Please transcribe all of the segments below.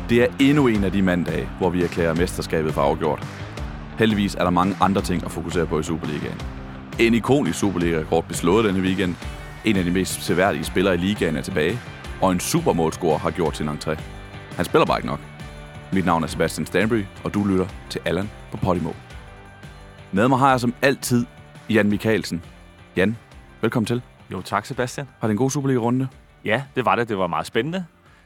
Det er endnu en af de mandage, hvor vi erklærer mesterskabet for afgjort. Heldigvis er der mange andre ting at fokusere på i Superligaen. En ikonisk Superliga-rekord blev slået denne weekend. En af de mest seværdige spillere i ligaen er tilbage. Og en supermålscorer har gjort sin entré. Han spiller bare ikke nok. Mit navn er Sebastian Stanbury, og du lytter til Allan på Podimo. Med mig har jeg som altid Jan Michaelsen. Jan, velkommen til. Jo, tak Sebastian. Har det en god Superliga-runde? Ja, det var det. Det var meget spændende.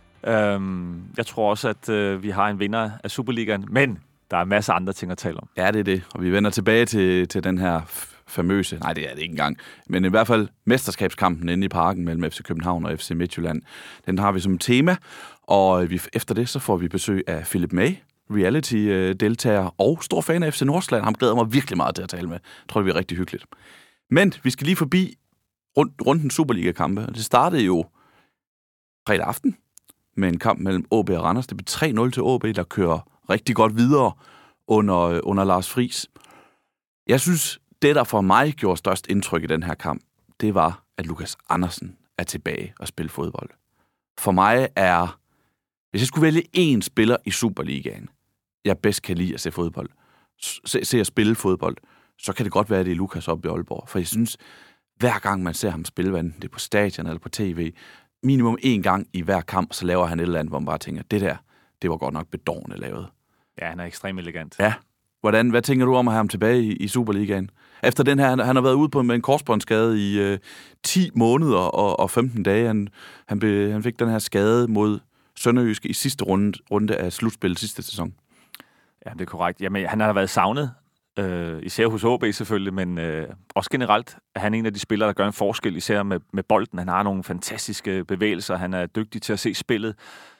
Jeg tror også, at vi har en vinder af Superligaen, men der er masser af andre ting at tale om. Ja, det er det. Og vi vender tilbage til den her famøse, nej det er det ikke engang, men i hvert fald mesterskabskampen inde i parken mellem FC København og FC Midtjylland. Den har vi som tema, og efter det så får vi besøg af Philip May, reality-deltager og stor fan af FC Nordsjælland. Ham glæder mig virkelig meget til at tale med. Jeg tror, det bliver rigtig hyggeligt. Men vi skal lige forbi runden Superliga-kampe, og det startede jo fredag aften med en kamp mellem AaB og Randers. Det blev 3-0 til AaB, der kører rigtig godt videre under Lars Friis. Jeg synes, det der for mig gjorde størst indtryk i den her kamp, det var, at Lukas Andersen er tilbage og spiller fodbold. For mig er, hvis jeg skulle vælge én spiller i Superligaen, jeg bedst kan lide at se fodbold, se at spille fodbold, så kan det godt være, at det er Lukas oppe i Aalborg. For jeg synes, hver gang man ser ham spille, hvad det er på stadion eller på tv, minimum 1 gang i hver kamp, så laver han et eller andet, hvor man bare tænker, det var godt nok bedårende lavet. Ja, han er ekstremt elegant. Ja. Hvad tænker du om at have ham tilbage i Superligaen? Efter den her, han har været ude med en korsbåndsskade i 10 måneder og 15 dage. Han fik den her skade mod Sønderjyske i sidste runde af slutspillet sidste sæson. Ja, det er korrekt. Jamen, han har været savnet, især hos AaB selvfølgelig, men også generelt er han en af de spillere, der gør en forskel, især med bolden. Han har nogle fantastiske bevægelser, han er dygtig til at se spillet.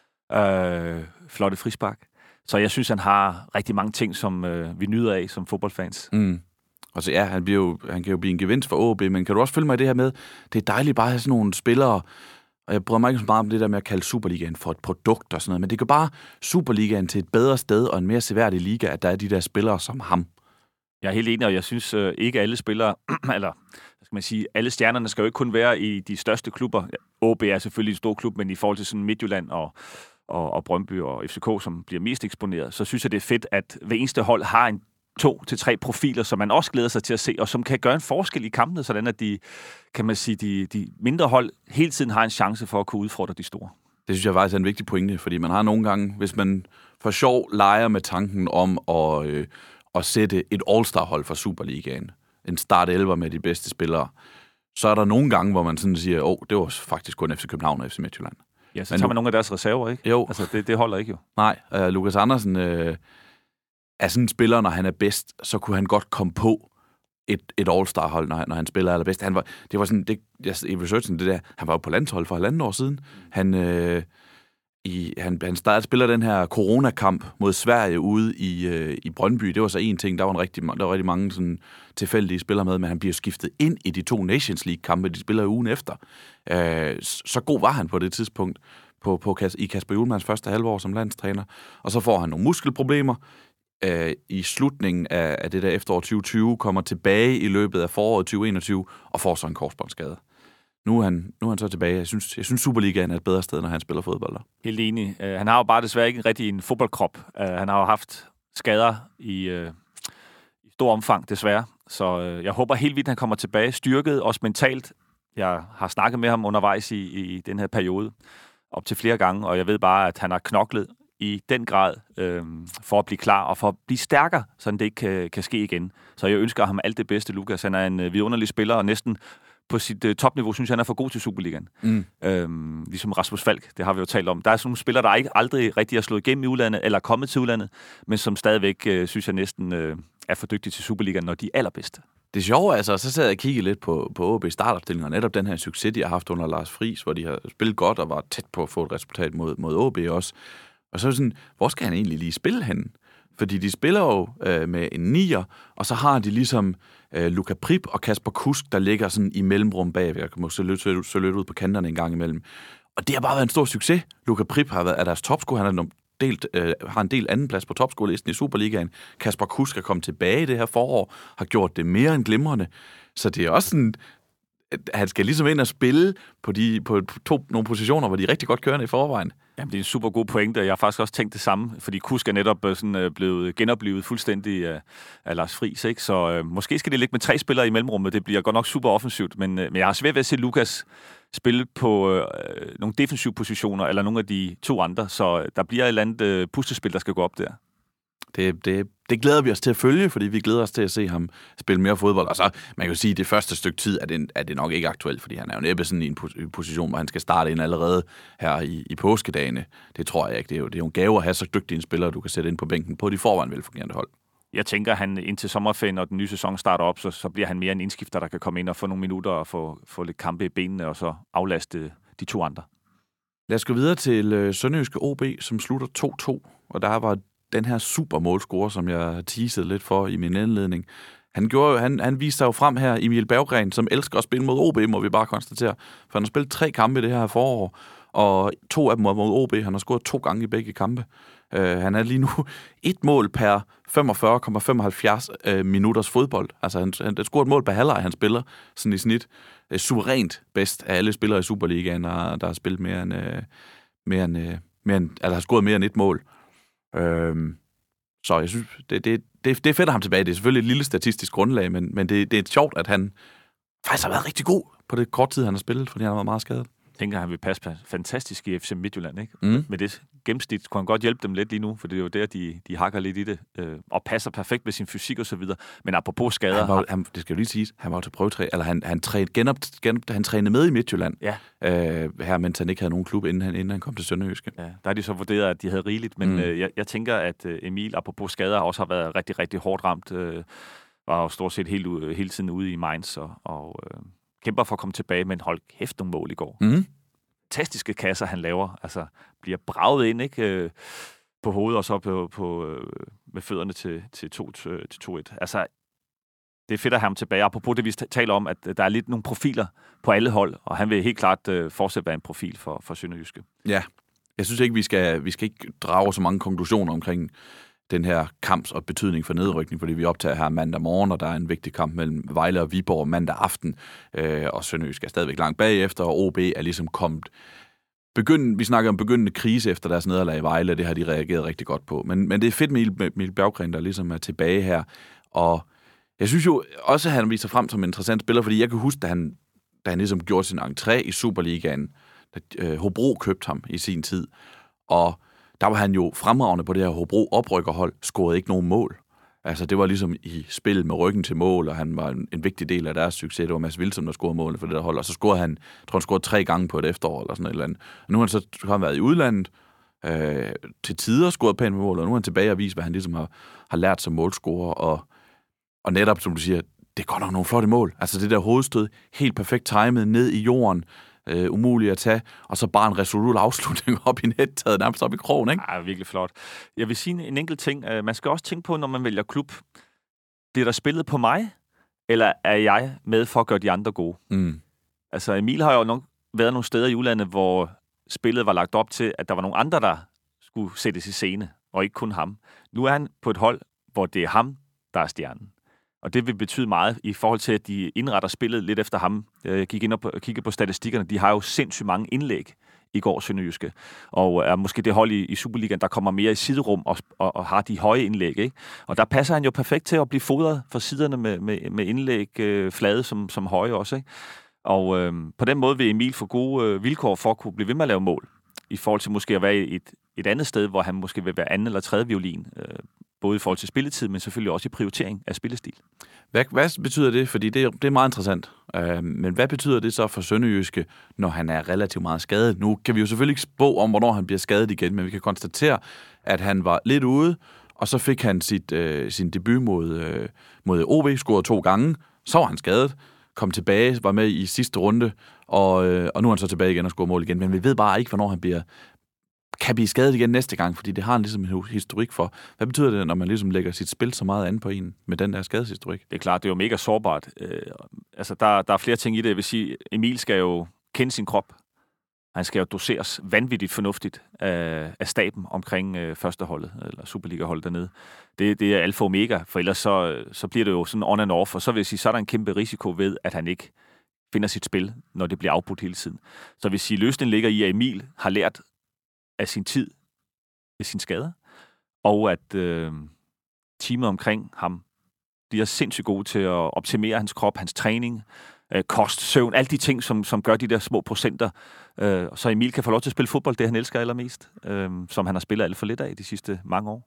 Flotte frispark. Så jeg synes, han har rigtig mange ting, som vi nyder af som fodboldfans. Mm. Og så ja, han kan jo blive en gevinst for AaB, men kan du også følge mig i det her med, det er dejligt bare at have sådan nogle spillere, og jeg bryder mig ikke så meget om det der med at kalde Superligaen for et produkt og sådan noget, men det gør bare Superligaen til et bedre sted og en mere seværdig liga, at der er de der spillere som ham. Jeg er helt enig, og jeg synes ikke alle spillere, eller hvad skal man sige, alle stjernerne skal jo ikke kun være i de største klubber. AaB er selvfølgelig en stor klub, men i forhold til sådan Midtjylland og Brøndby og FCK, som bliver mest eksponeret, så synes jeg, det er fedt, at hver eneste hold har 2 til 3 profiler, som man også glæder sig til at se, og som kan gøre en forskel i kampene, sådan at de mindre hold hele tiden har en chance for at kunne udfordre de store. Det synes jeg faktisk er en vigtig pointe, fordi man har nogle gange, hvis man for sjov leger med tanken om at sætte et All-Star-hold for Superligaen, en start 11 med de bedste spillere, så er der nogle gange, hvor man sådan siger, det var faktisk kun FC København og FC Midtjylland. Ja, så tager man nogle af deres reserver, ikke? Jo. Altså, det holder ikke jo. Nej, Lukas Andersen er sådan en spiller, når han er bedst, så kunne han godt komme på et All-Star-hold, når han spiller allerbedst. I researchen, han var jo på landshold for 1,5 år siden. Han startede at spille den her coronakamp mod Sverige ude i Brøndby. Det var så en ting, der var rigtig mange sådan tilfældige spillere med, men han bliver skiftet ind i de 2 Nations League-kampe, de spiller ugen efter. Så god var han på det tidspunkt i Kasper Hjulmans første halvår som landstræner. Og så får han nogle muskelproblemer i slutningen af det der efterår 2020, kommer tilbage i løbet af foråret 2021 og får så en korsbåndsskade. Nu er han så tilbage. Jeg synes Superligaen er et bedre sted, når han spiller fodbold. Helt enig. Han har jo bare desværre ikke rigtig en fodboldkrop. Han har jo haft skader i stor omfang, desværre. Så jeg håber helt vildt, han kommer tilbage styrket, også mentalt. Jeg har snakket med ham undervejs i den her periode op til flere gange, og jeg ved bare, at han har knoklet i den grad for at blive klar og for at blive stærkere, så det ikke kan ske igen. Så jeg ønsker ham alt det bedste, Lukas. Han er en vidunderlig spiller, og næsten på sit topniveau, synes jeg, han er for god til Superligaen. Ligesom Rasmus Falk, det har vi jo talt om. Der er sådan nogle spillere, der ikke aldrig rigtig har slået igennem i udlandet, eller kommet til udlandet, men som stadigvæk, synes jeg næsten, er for dygtige til Superligaen, når de er allerbedste. Det er sjovt, altså, så sad jeg og kiggede lidt på AaB startopstillingen, og netop den her succes, de har haft under Lars Friis, hvor de har spillet godt og var tæt på at få et resultat mod AaB også. Og så er det sådan, hvor skal han egentlig lige spille henne? Fordi de spiller jo med en 9'er, og så har de ligesom Luka Prip og Kasper Kusk, der ligger sådan i mellemrum bagved. Jeg kan måske så lidt ud på kanterne en gang imellem. Og det har bare været en stor succes. Luka Prip er deres topscorer. Han har en del anden plads på topscorelisten i Superligaen. Kasper Kusk er kommet tilbage i det her forår, har gjort det mere end glimrende. Så det er også sådan, han skal ligesom ind og spille på nogle positioner, hvor de er rigtig godt kørende i forvejen. Jamen, det er en super god pointe, og jeg har faktisk også tænkt det samme, fordi Kusk er netop blevet genoplevet fuldstændig af Lars Friis, ikke? Så måske skal det ligge med 3 spillere i mellemrummet. Det bliver godt nok super offensivt, men jeg har svært ved at se Lukas spille på nogle defensive positioner, eller nogle af de 2 andre, så der bliver et eller andet puslespil, der skal gå op der. Det glæder vi os til at følge, fordi vi glæder os til at se ham spille mere fodbold. Og så, man kan jo sige, at det første stykke tid er det nok ikke aktuelt, fordi han er jo næppe sådan i en position, hvor han skal starte ind allerede her i påskedagene. Det tror jeg ikke. Det er jo en gave at have så dygtige en spiller, du kan sætte ind på bænken på de forvejen velfungerende hold. Jeg tænker, at han indtil sommerferien, når den nye sæson starter op, så bliver han mere en indskifter, der kan komme ind og få nogle minutter og få lidt kampe i benene, og så aflaste de 2 andre. Lad os gå videre til Sønderjyske OB, som slutter 2-2, og der var den her super målscorer, som jeg teasede lidt for i min indledning. Han viste sig jo frem her, Emil Berggren, som elsker at spille mod OB, må vi bare konstatere. For han har spillet 3 kampe i det her forår, og 2 af dem mod OB. Han har scoret 2 gange i begge kampe. Han er lige nu 1 mål per 45,75 minutters fodbold. Altså han scorer et mål per halvleg, han spiller sådan i snit. Suverænt bedst af alle spillere i Superligaen, der har spillet mere end har scoret mere end 1 mål. Så jeg synes, det er fedt at ham tilbage. Det er selvfølgelig et lille statistisk grundlag, men det er sjovt, at han faktisk har været rigtig god på det kort tid, han har spillet, fordi han har været meget skadet. Jeg tænker, han vil passe fantastisk i FC Midtjylland, ikke? Med det gennemsnit kunne han godt hjælpe dem lidt lige nu, for det er jo der, de hakker lidt i det, og passer perfekt med sin fysik og så videre. Men apropos skader... det skal jo lige siges, han var til prøvetræ, eller han trænede med i Midtjylland, her, mens han ikke havde nogen klub, inden han kom til Sønderjyske. Ja, der har de så vurderet, at de havde rigeligt, men jeg tænker, at Emil, apropos skader, også har været rigtig, rigtig hårdt ramt, var jo stort set hele tiden ude i Mainz, og kæmper for at komme tilbage, men hold kæft nogle mål i går. Fantastiske kasser, han laver. Altså, bliver braget ind, ikke? På hovedet, og så med fødderne til 2-1. Altså, det er fedt at have ham tilbage. Apropos det, vi taler om, at der er lidt nogle profiler på alle hold, og han vil helt klart fortsat være en profil for Sønderjyske. Ja, jeg synes ikke, vi skal ikke drage så mange konklusioner omkring den her kamps og betydning for nedrykning, fordi vi optager her mandag morgen, og der er en vigtig kamp mellem Vejle og Viborg mandag aften, og Sønderjyske er stadigvæk langt bagefter, og OB er ligesom kommet... Vi snakker om begyndende krise efter deres nederlag i Vejle, og det har de reageret rigtig godt på. Men det er fedt med Emil Berggren, der ligesom er tilbage her, og jeg synes jo også, at han viser frem som en interessant spiller, fordi jeg kan huske, da han ligesom gjorde sin entré i Superligaen, da Hobro købte ham i sin tid, og der var han jo fremragende på det her Hobro oprykkerhold, scorede ikke nogen mål. Altså, det var ligesom i spil med ryggen til mål, og han var en vigtig del af deres succes. Det var Mads Wilson, der scorede målene for det der hold, og så scorede han, jeg tror han scorede 3 gange på et efterår, eller sådan et eller andet. Og nu har han været i udlandet, til tider scoret pænt med mål, og nu er han tilbage og viser, hvad han ligesom har lært som målscorer, og netop, som du siger, det er godt nok nogle flotte mål. Altså, det der hovedstød, helt perfekt timet ned i jorden, umuligt at tage, og så bare en resolut afslutning op i net, taget nærmest op i krogen, ikke? Ja, virkelig flot. Jeg vil sige en enkelt ting. Man skal også tænke på, når man vælger klub, bliver der spillet på mig, eller er jeg med for at gøre de andre gode? Altså, Emil har jo nok været nogle steder i udlandet, hvor spillet var lagt op til, at der var nogle andre, der skulle sættes i scene, og ikke kun ham. Nu er han på et hold, hvor det er ham, der er stjernen. Og det vil betyde meget i forhold til, at de indretter spillet lidt efter ham. Jeg gik ind og kiggede på statistikkerne. De har jo sindssygt mange indlæg i går, Sønderjyske. Og er måske det hold i Superligaen, der kommer mere i siderum og har de høje indlæg, ikke? Og der passer han jo perfekt til at blive fodret fra siderne med indlæg flade som høje også, ikke? Og på den måde vil Emil få gode vilkår for at kunne blive ved med at lave mål. I forhold til måske at være et andet sted, hvor han måske vil være anden eller tredje violin. Både i forhold til spilletid, men selvfølgelig også i prioritering af spillestil. Hvad betyder det? Fordi det er meget interessant. Men hvad betyder det så for Sønderjyske, når han er relativt meget skadet? Nu kan vi jo selvfølgelig ikke spå om, hvornår han bliver skadet igen, men vi kan konstatere, at han var lidt ude, og så fik han sin debut mod OB, scorede 2 gange, så var han skadet, kom tilbage, var med i sidste runde, og nu er han så tilbage igen og scorer mål igen. Men vi ved bare ikke, hvornår han kan blive skadet igen næste gang, fordi det har han ligesom en historik for. Hvad betyder det, når man ligesom lægger sit spil så meget an på en med den der skadeshistorik? Det er klart, det er jo mega sårbart. Altså, der er flere ting i det. Jeg vil sige, Emil skal jo kende sin krop. Han skal jo doseres vanvittigt fornuftigt af staben omkring førsteholdet, eller Superliga-holdet dernede. Det er alfa og omega, for ellers så bliver det jo sådan on and off, og så vil jeg sige, så er der en kæmpe risiko ved, at han ikke finder sit spil, når det bliver afbrudt hele tiden. Så hvis løsningen ligger i, at Emil har lært af sin tid med sin skader, og at teamet omkring ham, de er sindssygt gode til at optimere hans krop, hans træning, kost, søvn, alle de ting, som gør de der små procenter. Så Emil kan få lov til at spille fodbold, det han elsker allermest, som han har spillet alt for lidt af de sidste mange år.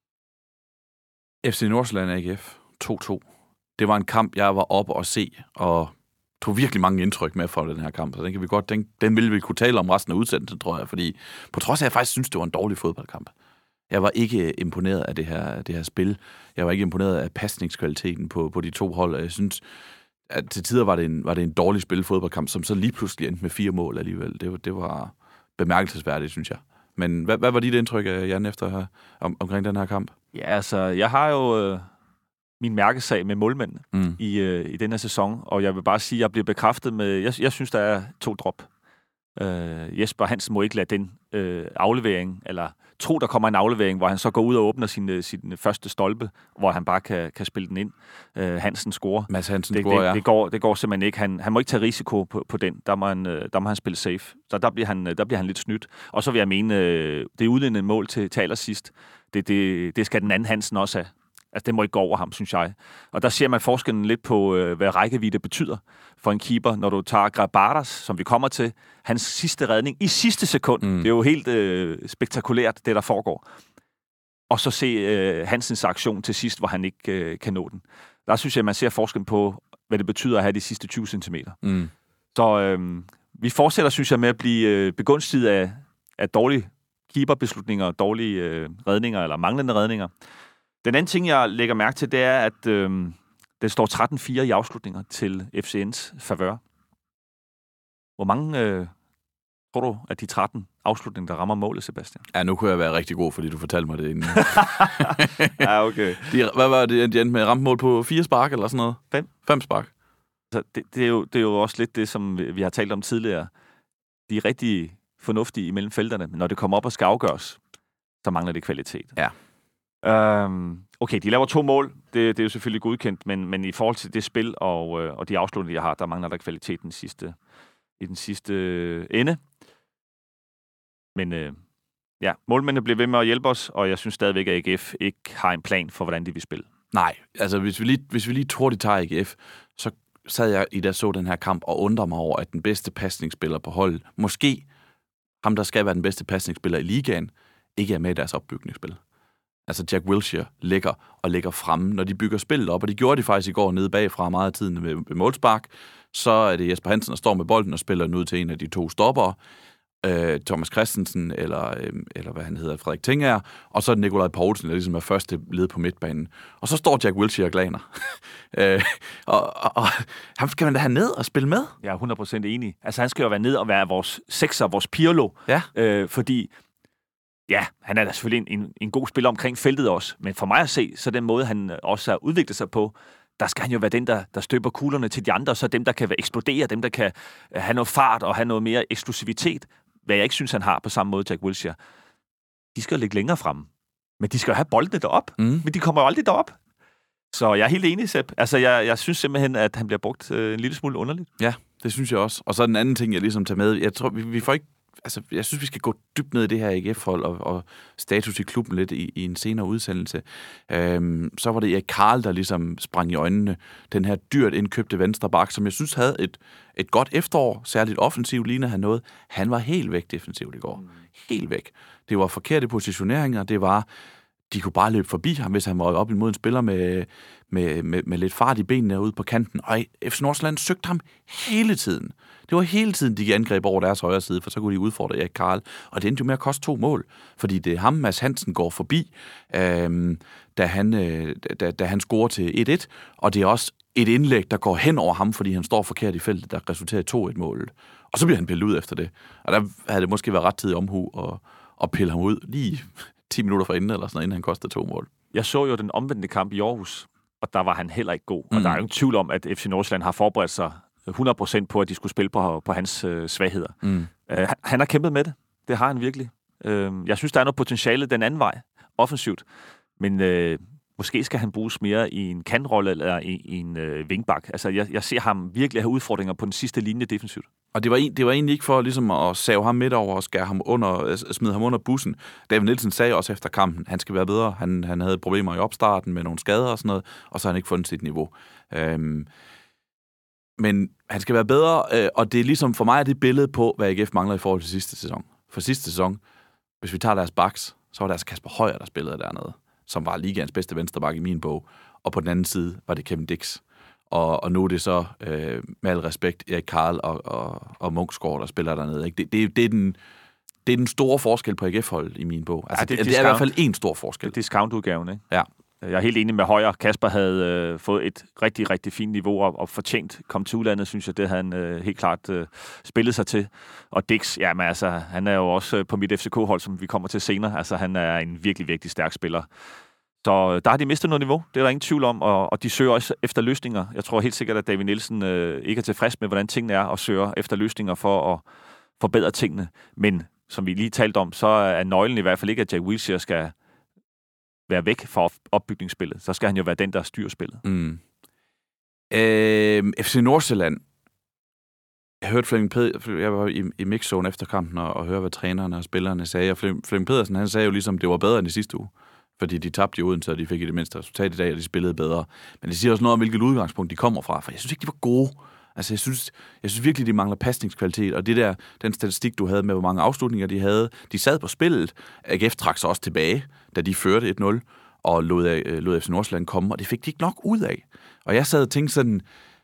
FC Nordsjælland AGF 2-2. Det var en kamp, jeg var oppe og se, og tog virkelig mange indtryk med for den her kamp. Så den kan vi godt, den ville vi kunne tale om resten af udsendelsen, tror jeg, fordi på trods af, at jeg faktisk synes, det var en dårlig fodboldkamp. Jeg var ikke imponeret af det her spil. Jeg var ikke imponeret af pasningskvaliteten på de to hold, og jeg synes, at til tider var det en dårlig fodboldkamp, som så lige pludselig endte med 4 mål alligevel. Det var bemærkelsesværdigt, synes jeg. Men hvad var dit indtryk, Jan, efter omkring den her kamp? Ja, altså, jeg har jo min mærkesag med målmændene i den her sæson, og jeg vil bare sige, at jeg bliver bekræftet med... Jeg synes, der er 2 drop. Jesper Hansen må ikke lade den aflevering, eller tro, der kommer en aflevering, hvor han så går ud og åbner sin første stolpe, hvor han bare kan spille den ind. Hansen scorer. Mads Hansen scorer, ja. Det går simpelthen ikke. Han må ikke tage risiko på den. Der må han spille safe. Så der bliver han lidt snydt. Og så vil jeg mene, det udlændende mål til allersidst, det skal den anden Hansen også have. Altså, det må ikke gå over ham, synes jeg. Og der ser man forskellen lidt på, hvad rækkevidde betyder for en keeper, når du tager Grabadas, som vi kommer til, hans sidste redning i sidste sekund. Det er jo helt spektakulært, det der foregår. Og så se Hansens aktion til sidst, hvor han ikke kan nå den. Der synes jeg, man ser forskellen på, hvad det betyder at have de sidste 20 centimeter. Så vi fortsætter, synes jeg, med at blive begunstiget af dårlige keeperbeslutninger, dårlige redninger eller manglende redninger. Den anden ting, jeg lægger mærke til, det er, at det står 13-4 i afslutninger til FCN's favør. Hvor mange tror du, at de 13 afslutninger, der rammer målet, Sebastian? Ja, nu kunne jeg være rigtig god, fordi du fortalte mig det inden. Ja, okay. Hvad var det, de endte med? Ramte mål på 4 spark eller sådan noget? 5 spark. Så det er jo også lidt det, som vi har talt om tidligere. De er rigtig fornuftige imellem felterne, men når det kommer op og skal afgøres, så mangler det kvalitet. Ja. Okay, de laver 2 mål. Det er jo selvfølgelig godkendt, men i forhold til det spil og de afslutninger, jeg har, der mangler der kvalitet i den sidste ende. Men ja, målmændene bliver ved med at hjælpe os, og jeg synes stadigvæk, at AGF ikke har en plan for, hvordan de vil spille. Nej, altså hvis vi lige tror, de tager AGF, så sad jeg så den her kamp og undrer mig over, at den bedste pasningsspiller på holdet, måske ham, der skal være den bedste pasningsspiller i ligaen, ikke er med i deres opbygningsspil. Altså Jack Wilshere ligger fremme, når de bygger spillet op, og det gjorde de faktisk i går nede bagfra meget af tiden med målspark. Så er det Jesper Hansen, der står med bolden og spiller den ud til en af de 2 stoppere, Thomas Christensen eller hvad han hedder, Frederik Tengager, og så er det Nikolaj Poulsen, der ligesom er første led på midtbanen. Og så står Jack Wilshere og glaner. og ham skal man da have ned og spille med. Jeg er 100% enig. Altså han skal jo være ned og være vores sekser, vores Pirlo, fordi ja, han er da selvfølgelig en god spiller omkring feltet også, men for mig at se, så den måde, han også har udviklet sig på, der skal han jo være den, der støber kuglerne til de andre, og så dem, der kan eksplodere, dem, der kan have noget fart og have noget mere eksklusivitet, hvad jeg ikke synes, han har på samme måde, Jack Wilshere. De skal ligge længere fremme, men de skal jo have boldene derop, men de kommer jo aldrig derop. Så jeg er helt enig, Sepp. Altså, jeg synes simpelthen, at han bliver brugt en lille smule underligt. Ja, det synes jeg også. Og så den anden ting, jeg ligesom tager med, jeg tror, vi får ikke. Altså, jeg synes, vi skal gå dybt ned i det her AGF-hold og status i klubben lidt i en senere udsendelse. Så var det Erik Karl, der ligesom sprang i øjnene. Den her dyrt indkøbte venstre bak, som jeg synes havde et godt efterår, særligt offensivt lignede han noget. Han var helt væk defensivt i går. Helt væk. Det var forkerte positioneringer, det var... De kunne bare løbe forbi ham, hvis han var op imod en spiller med lidt fart i benene ude på kanten. Og FC Nordsjælland søgte ham hele tiden. Det var hele tiden, de angreb over deres højre side, for så kunne de udfordre Erik Karl. Og det endte jo med at koste 2 mål, fordi det er ham, Mads Hansen, går forbi, da han scorer til 1-1. Og det er også et indlæg, der går hen over ham, fordi han står forkert i feltet, der resulterer i 2-1-målet. Og så bliver han pillet ud efter det. Og der havde det måske været ret tid omhu at pille ham ud lige 10 minutter forinden, eller sådan noget, inden han kostede 2 mål. Jeg så jo den omvendte kamp i Aarhus, og der var han heller ikke god. Og der er jo ingen tvivl om, at FC Nordsjælland har forberedt sig 100% på, at de skulle spille på hans svagheder. Han har kæmpet med det. Det har han virkelig. Jeg synes, der er noget potentiale den anden vej, offensivt. Men måske skal han bruges mere i en kantrolle eller i en vingbak. Altså, jeg ser ham virkelig have udfordringer på den sidste linje defensivt. Og det var egentlig ikke for ligesom at save ham midt over og smide ham under bussen. David Nielsen sagde også efter kampen, han skal være bedre. Han havde problemer i opstarten med nogle skader og sådan noget, og så har han ikke fundet sit niveau. Men han skal være bedre, og det er ligesom for mig det billede på, hvad AGF mangler i forhold til sidste sæson. For sidste sæson, hvis vi tager deres backs, så var det altså Kasper Højer, der spillede dernede, som var ligaens bedste venstreback i min bog. Og på den anden side var det Kevin Dix. Og nu er det så, med al respekt, Erik Karl og Munksgaard, der spiller dernede. Ikke? Det er den store forskel på AGF-holdet i min bog. Altså, det er i hvert fald en stor forskel. Det er discount-udgaven, ikke? Ja. Jeg er helt enig med Højer. Kasper havde fået et rigtig, rigtig fint niveau og fortjent kom til udlandet, synes jeg, det havde han helt klart spillet sig til. Og Dix, jamen altså, han er jo også på mit FCK-hold, som vi kommer til senere. Altså, han er en virkelig, virkelig stærk spiller. Så der har de mistet noget niveau, det er der ingen tvivl om, og de søger også efter løsninger. Jeg tror helt sikkert, at David Nielsen ikke er tilfreds med, hvordan tingene er, og søger efter løsninger for at forbedre tingene. Men som vi lige talte om, så er nøglen i hvert fald ikke, at Jack Wilshere skal være væk fra opbygningsspillet. Så skal han jo være den, der styrer spillet. FC Nordsjælland. Jeg hørte Flemming Pedersen, jeg var i mixzone efter kampen og hørte, hvad trænerne og spillerne sagde. Og Flemming Pedersen, han sagde jo ligesom, det var bedre end i sidste uge. Fordi de tabte i Odense, og de fik i det mindste resultat i dag, og de spillede bedre. Men det siger også noget om, hvilket udgangspunkt de kommer fra. For jeg synes ikke, de var gode. Altså, jeg synes virkelig, de mangler pasningskvalitet. Og den statistik, du havde med, hvor mange afslutninger de havde, de sad på spillet. AGF trak sig også tilbage, da de førte 1-0, og lod FC Nordsjælland komme, og det fik de ikke nok ud af. Og jeg sad og tænkte sådan,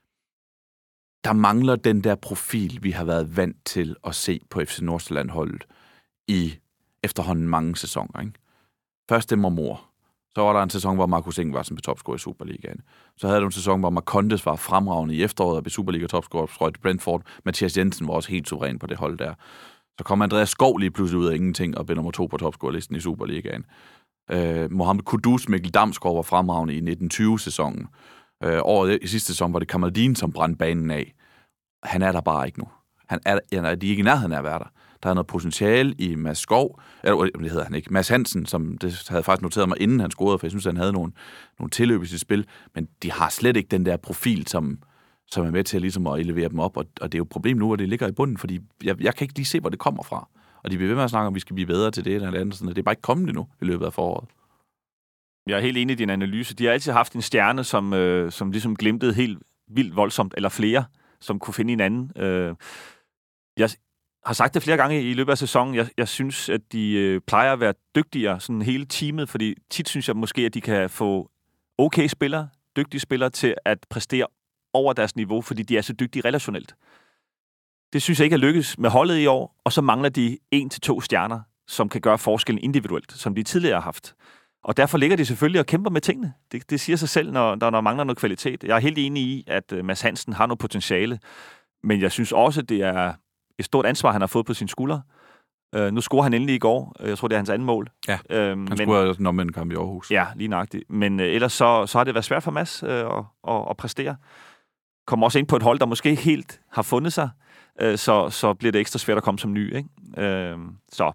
der mangler den der profil, vi har været vant til at se på FC Nordsjælland-holdet i efterhånden mange sæsoner, ikke? Først det mor. Så var der en sæson, hvor Markus Ingvartsen som blev topscorer i Superligaen. Så havde du en sæson, hvor Marcondes var fremragende i efteråret og blev Superliga-topscorer for Brentford. Mathias Jensen var også helt suveræn på det hold der. Så kom Andreas Skov lige pludselig ud af ingenting og blev nummer 2 på topscorerlisten i Superligaen. Mohamed Kudus, Mikkel Damsgaard var fremragende i 1920-sæsonen. Året i sidste sæson var det Kamaldin, som brændte banen af. Han er der bare ikke nu. De er ikke i nærheden af at være der. Der er noget potentiale i Mads Skov, eller det hedder han ikke, Mads Hansen, som det havde faktisk noteret mig, inden han scorede, for jeg synes, han havde nogle tilløb i sit spil, men de har slet ikke den der profil, som er med til ligesom at elevere dem op, og det er jo et problem nu, at det ligger i bunden, fordi jeg kan ikke lige se, hvor det kommer fra. Og de bliver ved med at snakke om, at vi skal blive bedre til det eller andet, sådan, det er bare ikke kommet endnu i løbet af foråret. Jeg er helt enig i din analyse. De har altid haft en stjerne, som ligesom glimtede helt vildt voldsomt, eller flere, som kunne finde en anden. Jeg har sagt det flere gange i løbet af sæsonen. Jeg synes, at de plejer at være dygtigere, sådan hele teamet, fordi tit synes jeg måske, at de kan få okay spillere, dygtige spillere til at præstere over deres niveau, fordi de er så dygtige relationelt. Det synes jeg ikke er lykkes med holdet i år, og så mangler de 1-2 stjerner, som kan gøre forskellen individuelt, som de tidligere har haft. Og derfor ligger de selvfølgelig og kæmper med tingene. Det siger sig selv, når der mangler noget kvalitet. Jeg er helt enig i, at Mads Hansen har noget potentiale, men jeg synes også, at det er et stort ansvar, han har fået på sine skuldre. Nu scorer han endelig i går. Jeg tror, det er hans anden mål. Ja, han scorede en omvendt kamp i Aarhus. Ja, lige nøjagtigt. Men ellers så har det været svært for Mads at præstere. Kommer også ind på et hold, der måske ikke helt har fundet sig. Så bliver det ekstra svært at komme som ny. Ikke? Så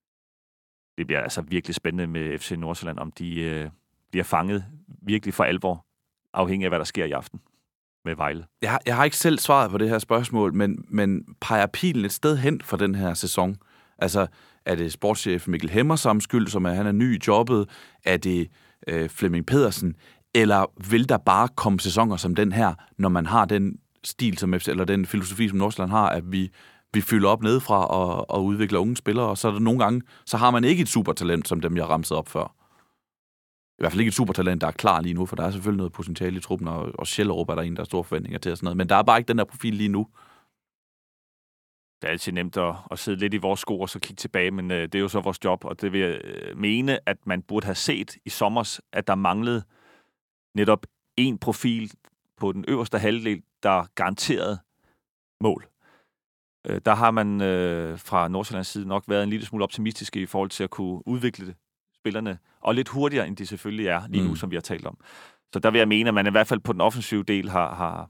det bliver altså virkelig spændende med FC Nordsjælland, om de bliver fanget virkelig for alvor, afhængig af, hvad der sker i aften med Vejle. Jeg har ikke selv svaret på det her spørgsmål, men peger pilen et sted hen for den her sæson? Altså, er det sportschef Mikkel Hemmersams skyld, som han er ny i jobbet? Er det Flemming Pedersen? Eller vil der bare komme sæsoner som den her, når man har den stil, eller den filosofi, som Nordsjælland har, at vi fylder op nedefra og udvikler unge spillere, og så er der nogle gange, så har man ikke et supertalent, som dem, jeg ramsede op før. I hvert fald ikke et supertalent, der er klar lige nu, for der er selvfølgelig noget potentiale i truppen, og Sjællerup er der en, der har store forventninger til og sådan noget, men der er bare ikke den der profil lige nu. Det er altid nemt at sidde lidt i vores sko og så kigge tilbage, men det er jo så vores job, og det vil jeg mene, at man burde have set i sommers, at der manglede netop en profil på den øverste halvdel, der garanterede mål. Der har man fra Nordsjællands side nok været en lille smule optimistiske i forhold til at kunne udvikle spillerne, og lidt hurtigere, end de selvfølgelig er lige nu, som vi har talt om. Så der vil jeg mene, at man i hvert fald på den offensive del har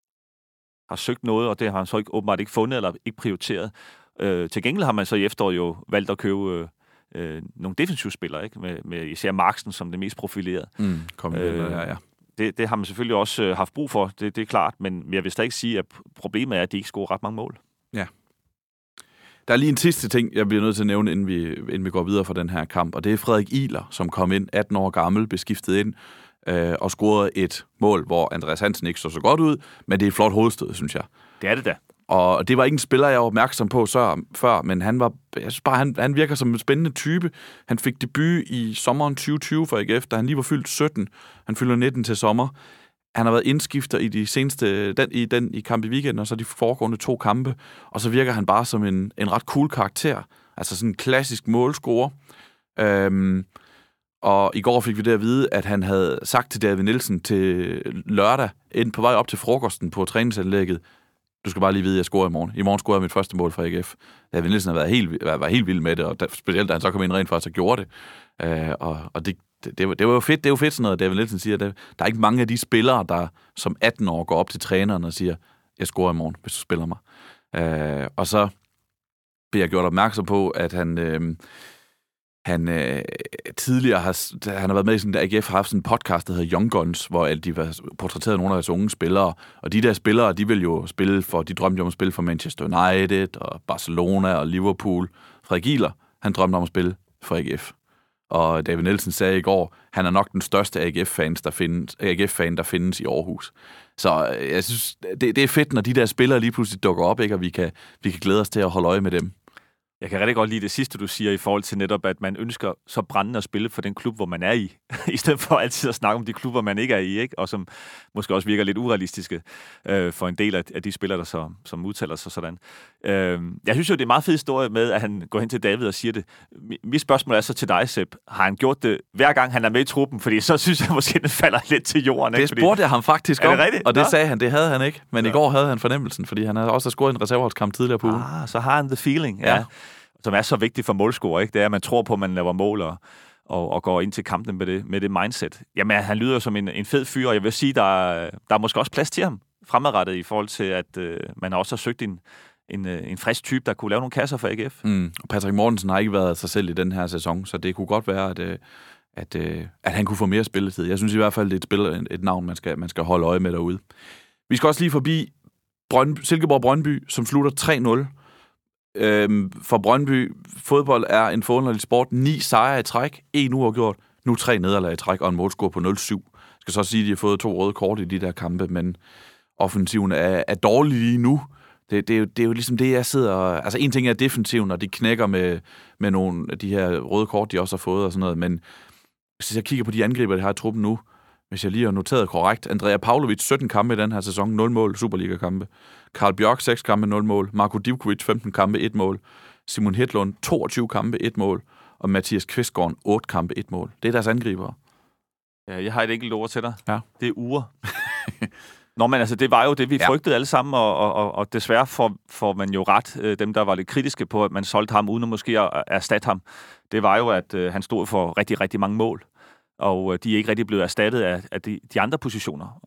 søgt noget, og det har han så åbenbart ikke fundet eller ikke prioriteret. Til gengæld har man så i efteråret jo valgt at købe nogle defensive spillere, ikke? Med især Marksen som det mest profilerede. Ja. Det har man selvfølgelig også haft brug for, det er klart, men jeg vil stadig sige, at problemet er, at de ikke scorer ret mange mål. Ja. Der er lige en sidste ting, jeg bliver nødt til at nævne, inden vi går videre fra den her kamp, og det er Frederik Ihler, som kom ind 18 år gammel, blev skiftet ind og scorede et mål, hvor Andreas Hansen ikke så godt ud, men det er et flot hovedstød, synes jeg. Det er det da. Og det var ikke en spiller, jeg var opmærksom på før, men jeg synes bare, han virker som en spændende type. Han fik debut i sommeren 2020 for AGF, da han lige var fyldt 17. Han fylder 19 til sommer. Han har været indskifter i de seneste, i kamp i weekenden, og så de foregående 2 kampe. Og så virker han bare som en ret cool karakter. Altså sådan en klassisk målscorer. Og i går fik vi det at vide, at han havde sagt til David Nielsen til lørdag, på vej op til frokosten på træningsanlægget, du skal bare lige vide, at jeg scorer i morgen. I morgen scorer jeg mit første mål for AGF. David Nielsen har været helt vild med det, og specielt da han så kom ind rent faktisk og gjorde det. Og det var jo fedt. Det er jo fedt sådan noget, David Nielsen siger. Der er ikke mange af de spillere, der som 18 år går op til træneren og siger, jeg scorer i morgen, hvis du spiller mig. Og så bliver jeg gjort opmærksom på, at han tidligere har været med i sådan, at AGF har haft sådan en podcast, der hedder Young Guns, hvor de var portrætteret nogle af deres unge spillere. Og de der spillere, de vil jo spille de drømte om at spille for Manchester United og Barcelona og Liverpool. Frederik Ihler, han drømte om at spille for AGF. Og David Nielsen sagde i går, han er nok den største AGF-fan, der findes i Aarhus. Så jeg synes, det er fedt, når de der spillere lige pludselig dukker op, ikke? Og vi kan glæde os til at holde øje med dem. Jeg kan rigtig godt lide det sidste, du siger, i forhold til netop, at man ønsker så brændende at spille for den klub, hvor man er i, i stedet for altid at snakke om de klubber, man ikke er i, ikke? Og som måske også virker lidt urealistiske for en del af de spillere, der som udtaler sig sådan. Jeg synes jo, det er en meget fed historie med, at han går hen til David og siger det. Mit spørgsmål er så til dig, Sepp. Har han gjort det hver gang, han er med i truppen? Fordi så synes jeg måske, den falder lidt til jorden. Det spurgte jeg ham faktisk om, og det sagde han, det havde han ikke. Men ja. I går havde han fornemmelsen, fordi han havde også scoret en reserveholdskamp tidligere på ugen. Så har han the feeling, ja. Som er så vigtigt for målscorer, ikke? Det er, at man tror på, at man laver mål og går ind til kampen med det mindset. Jamen, han lyder som en fed fyr, og jeg vil sige, der er måske også plads til ham fremadrettet i forhold til, at man også har søgt en frisk type, der kunne lave nogle kasser for AGF. Og Patrick Mortensen har ikke været sig selv i den her sæson, så det kunne godt være, at han kunne få mere spilletid. Jeg synes i hvert fald, det er et navn, man skal holde øje med derude. Vi skal også lige forbi Silkeborg-Brøndby, som slutter 3-0. For Brøndby, fodbold er en forunderlig sport. 9 sejre i træk, 1 uafgjort, nu 3 nederlag i træk og en målscore på 0-7. Jeg skal så sige, at de har fået 2 røde kort i de der kampe, men offensiven er dårlig lige nu. Det er jo ligesom det, jeg sidder og... Altså, en ting er defensiven, og de knækker med nogle af de her røde kort, de også har fået og sådan noget, men hvis jeg kigger på de angriber, der har i truppen nu, hvis jeg lige har noteret korrekt, Andrea Pavlovic, 17 kampe i den her sæson, 0 mål, Superliga-kampe. Karl Bjørk, 6 kampe, 0 mål. Marko Divkovic, 15 kampe, 1 mål. Simon Hedlund, 22 kampe, 1 mål. Og Mathias Kvistgaard, 8 kampe, 1 mål. Det er deres angribere. Ja, jeg har et enkelt ord til dig. Ja. Det er uger. Nå, men altså, det var jo det, vi frygtede alle sammen, og desværre får man jo ret, dem der var lidt kritiske på, at man solgte ham, uden at måske at erstatte ham. Det var jo, at han stod for rigtig, rigtig mange mål. Og de er ikke rigtig blevet erstattet af de andre positioner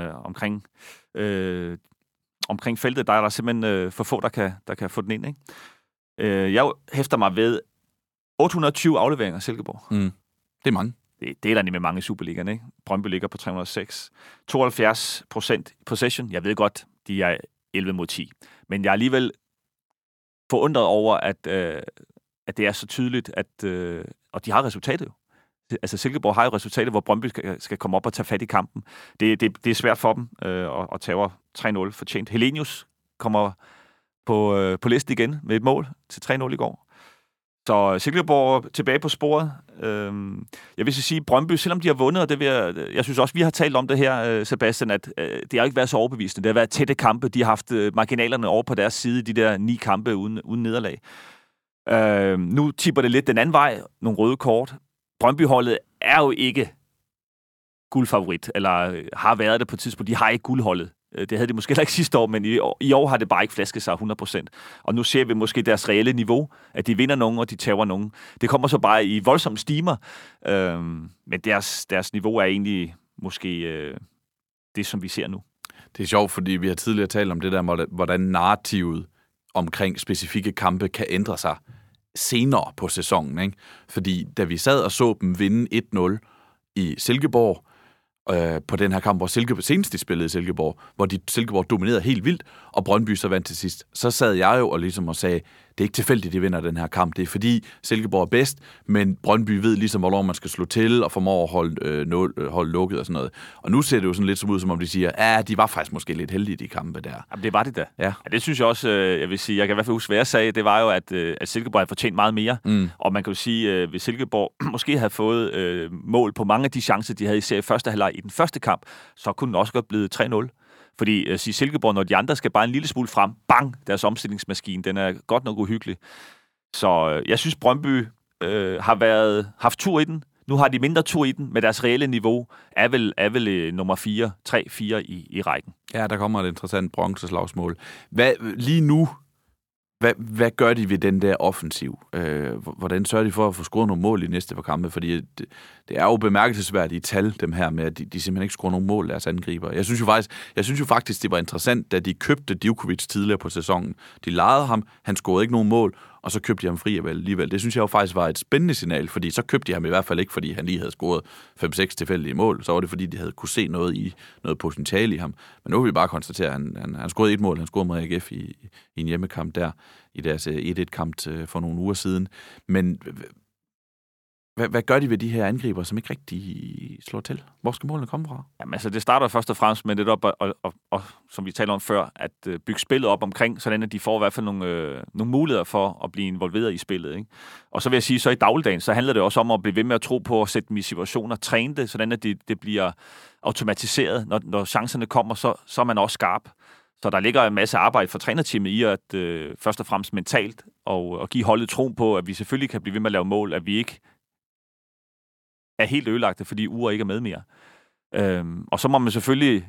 omkring feltet. Der er der simpelthen for få, der kan få den ind. Ikke? Jeg hæfter mig ved 820 afleveringer i Silkeborg. Det er mange. Det er der nemlig mange i Superligaen, ikke? Brøndby ligger på 306. 72% possession. Jeg ved godt, de er 11 mod 10. Men jeg er alligevel forundret over, at det er så tydeligt, og de har resultatet jo. Altså Silkeborg har jo resultatet, hvor Brøndby skal komme op og tage fat i kampen. Det er svært for dem at tage 3-0 fortjent. Helenius kommer på listen igen med et mål til 3-0 i går. Så Silkeborg tilbage på sporet. Jeg vil sige, Brøndby, selvom de har vundet, og jeg synes også, vi har talt om det her, Sebastian, at det har ikke været så overbevisende. Det har været tætte kampe. De har haft marginalerne over på deres side, de der 9 kampe uden nederlag. Nu tipper det lidt den anden vej. Nogle røde kort. Brøndby-holdet er jo ikke guldfavorit, eller har været det på et tidspunkt. De har ikke guldholdet. Det havde de måske heller ikke sidste år, men i år har det bare ikke flasket sig 100%. Og nu ser vi måske deres reelle niveau, at de vinder nogen, og de tager nogen. Det kommer så bare i voldsomme stimer, men deres niveau er egentlig måske det, som vi ser nu. Det er sjovt, fordi vi har tidligere talt om det der, hvordan narrativet omkring specifikke kampe kan ændre sig senere på sæsonen, ikke? Fordi da vi sad og så dem vinde 1-0 i Silkeborg, på den her kamp, hvor senest de spillede i Silkeborg, hvor Silkeborg dominerede helt vildt, og Brøndby så vandt til sidst. Så sad jeg jo og sagde, det er ikke tilfældigt, de vinder den her kamp. Det er fordi Silkeborg er bedst, men Brøndby ved ligesom, hvornår man skal slå til, og formår at holde lukket og sådan noget. Og nu ser det jo sådan lidt ud, som om de siger, de var faktisk måske lidt heldige, de kampe der. Jamen, det var det da. Ja, det synes jeg også, jeg vil sige, jeg kan i hvert fald huske, hvad jeg sagde, det var jo, at Silkeborg havde fortjent meget mere. Og man kan jo sige, hvis Silkeborg måske havde fået mål på mange af de chancer, de havde i første halvleg i den første kamp, så kunne den også godt blive 3-0. Fordi Silkeborg, når de andre skal bare en lille smule frem, bang, deres omstillingsmaskine, den er godt nok uhyggelig. Så jeg synes, Brøndby har haft tur i den. Nu har de mindre tur i den, med deres reelle niveau er vel nummer 4, 3-4 i rækken. Ja, der kommer et interessant bronzeslagsmål. Lige nu, hvad gør de ved den der offensiv? Hvordan sørger de for at få scoret nogle mål i næste par kampe? Fordi det er jo bemærkelsesværdige tal, dem her med, at de simpelthen ikke scorer nogle mål, deres angriber. Jeg synes jo faktisk, det var interessant, da de købte Divkovic tidligere på sæsonen. De lejede ham, han scorede ikke nogen mål, og så købte de ham fri alligevel. Det synes jeg jo faktisk var et spændende signal, fordi så købte de ham i hvert fald ikke, fordi han lige havde scoret 5-6 tilfældige mål. Så var det, fordi de havde kunne se noget potentiale i ham. Men nu vil vi bare konstatere, at han scorede et mål. Han scorede mod AGF i en hjemmekamp der, i deres 1-1-kamp for nogle uger siden. Men hvad gør de ved de her angriber, som ikke rigtig slår til? Hvor skal målene komme fra? Jamen, altså, det starter først og fremmest med det op, og som vi talte om før, at bygge spillet op omkring, sådan at de får i hvert fald nogle muligheder for at blive involveret i spillet. Ikke? Og så vil jeg sige, så i dagligdagen, så handler det også om at blive ved med at tro på at sætte dem i situationer, træne det, sådan at det bliver automatiseret. Når chancerne kommer, så er man også skarp. Så der ligger en masse arbejde for trænerteamet i at først og fremmest mentalt og give holdet tro på, at vi selvfølgelig kan blive ved med at lave mål, at vi ikke er helt ødelagte, fordi uger ikke er med mere. Og så må man selvfølgelig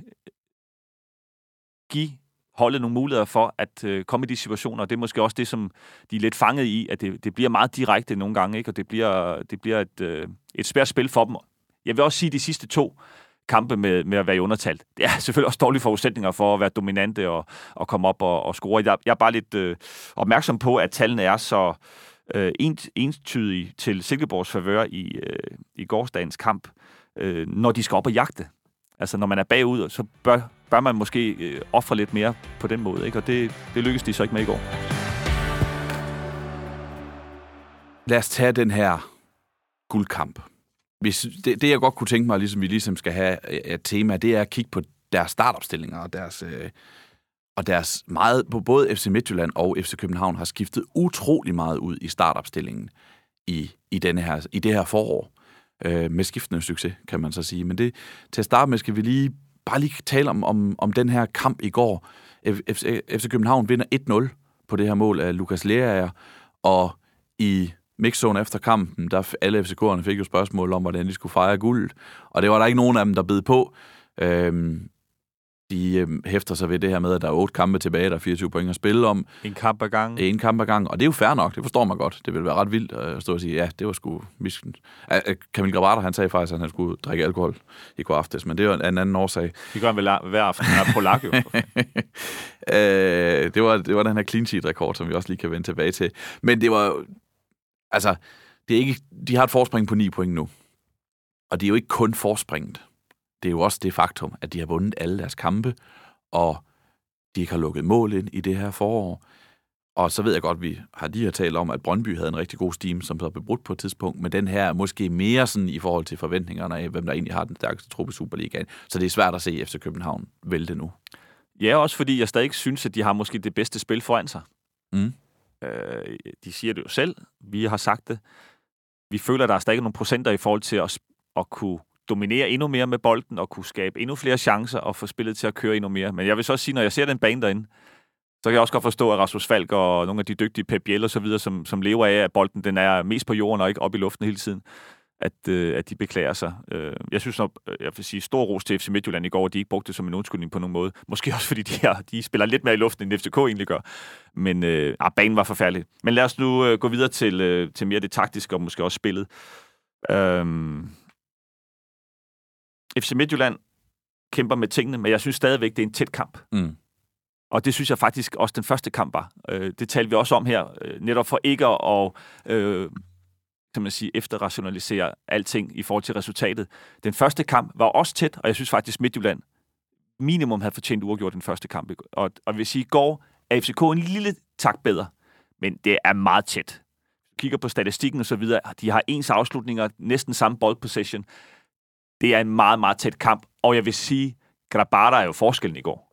give holdet nogle muligheder for at komme i de situationer, og det er måske også det, som de er lidt fanget i, at det bliver meget direkte nogle gange, ikke? Og det bliver et svært spil for dem. Jeg vil også sige, at de sidste 2 kampe med at være i undertal, det er selvfølgelig også dårlige forudsætninger for at være dominante og komme op og score. Jeg er bare lidt opmærksom på, at tallene er så entydige til Silkeborgs favør i gårsdagens kamp, når de skal op og jagte. Altså, når man er bagud, så bør man måske ofre lidt mere på den måde, ikke? Og det lykkedes de så ikke med i går. Lad os tage den her guldkamp. Det jeg godt kunne tænke mig, ligesom vi skal have et tema, det er at kigge på deres startopstillinger og deres meget, på både FC Midtjylland og FC København har skiftet utrolig meget ud i startopstillingen i det her forår. Med skiftende succes, kan man så sige. Men til at starte med skal vi bare lige tale om den her kamp i går. FC København vinder 1-0 på det her mål af Lukas Lerager, og i mixzone efter kampen, der alle FCK'erne fik jo spørgsmål om, hvordan de skulle fejre guldet, og det var der ikke nogen af dem, der bed på. De hæfter sig ved det her med, at der er 8 kampe tilbage, der er 24 point at spille om. En kamp ad gang. Og det er jo fair nok, det forstår man godt. Det ville være ret vildt at stå og sige, ja, det var sgu misken. Kamil Gravater, han sagde faktisk, at han skulle drikke alkohol i går aftes, men det var en anden årsag. Det gør han vel hver aften, han er polak jo. Det var den her clean sheet-rekord, som vi også lige kan vende tilbage til. Men det var altså, det er ikke, de har et forspring på 9 point nu. Og det er jo ikke kun forspringet. Det er jo også det faktum, at de har vundet alle deres kampe, og de ikke har lukket mål ind i det her forår. Og så ved jeg godt, vi har lige talt om, at Brøndby havde en rigtig god steam, som så blev brudt på et tidspunkt, men den her er måske mere sådan i forhold til forventningerne af, hvem der egentlig har den stærkeste truppe i Superligaen. Så det er svært at se FC København vælte nu. Ja, også fordi jeg stadig synes, at de har måske det bedste spil foran sig. De siger det jo selv. Vi har sagt det. Vi føler, at der er stadig nogle procenter i forhold til at kunne dominere endnu mere med bolden og kunne skabe endnu flere chancer og få spillet til at køre endnu mere. Men jeg vil så også sige, når jeg ser den bane derinde, så kan jeg også godt forstå, at Rasmus Falk og nogle af de dygtige Pep Biel og så videre, som lever af, at bolden den er mest på jorden og ikke op i luften hele tiden, at de beklager sig. Jeg synes, jeg vil sige stor ros til FC Midtjylland i går, at de ikke brugte det som en undskyldning på nogen måde. Måske også, fordi de spiller lidt mere i luften, end FCK egentlig gør. Men banen var forfærdelig. Men lad os nu gå videre til mere det taktiske og måske også spillet. FC Midtjylland kæmper med tingene, men jeg synes stadigvæk, det er en tæt kamp. Og det synes jeg faktisk også den første kamp var. Det talte vi også om her, netop for ikke at kan man sige, efterrationalisere alting i forhold til resultatet. Den første kamp var også tæt, og jeg synes faktisk, Midtjylland minimum havde fortjent uafgjort den første kamp. Og vil sige, i går er FCK en lille tak bedre, men det er meget tæt. Kigger på statistikken og så videre, de har ens afslutninger, næsten samme ball possession. Det er en meget, meget tæt kamp, og jeg vil sige, Grabara er jo forskellen i går.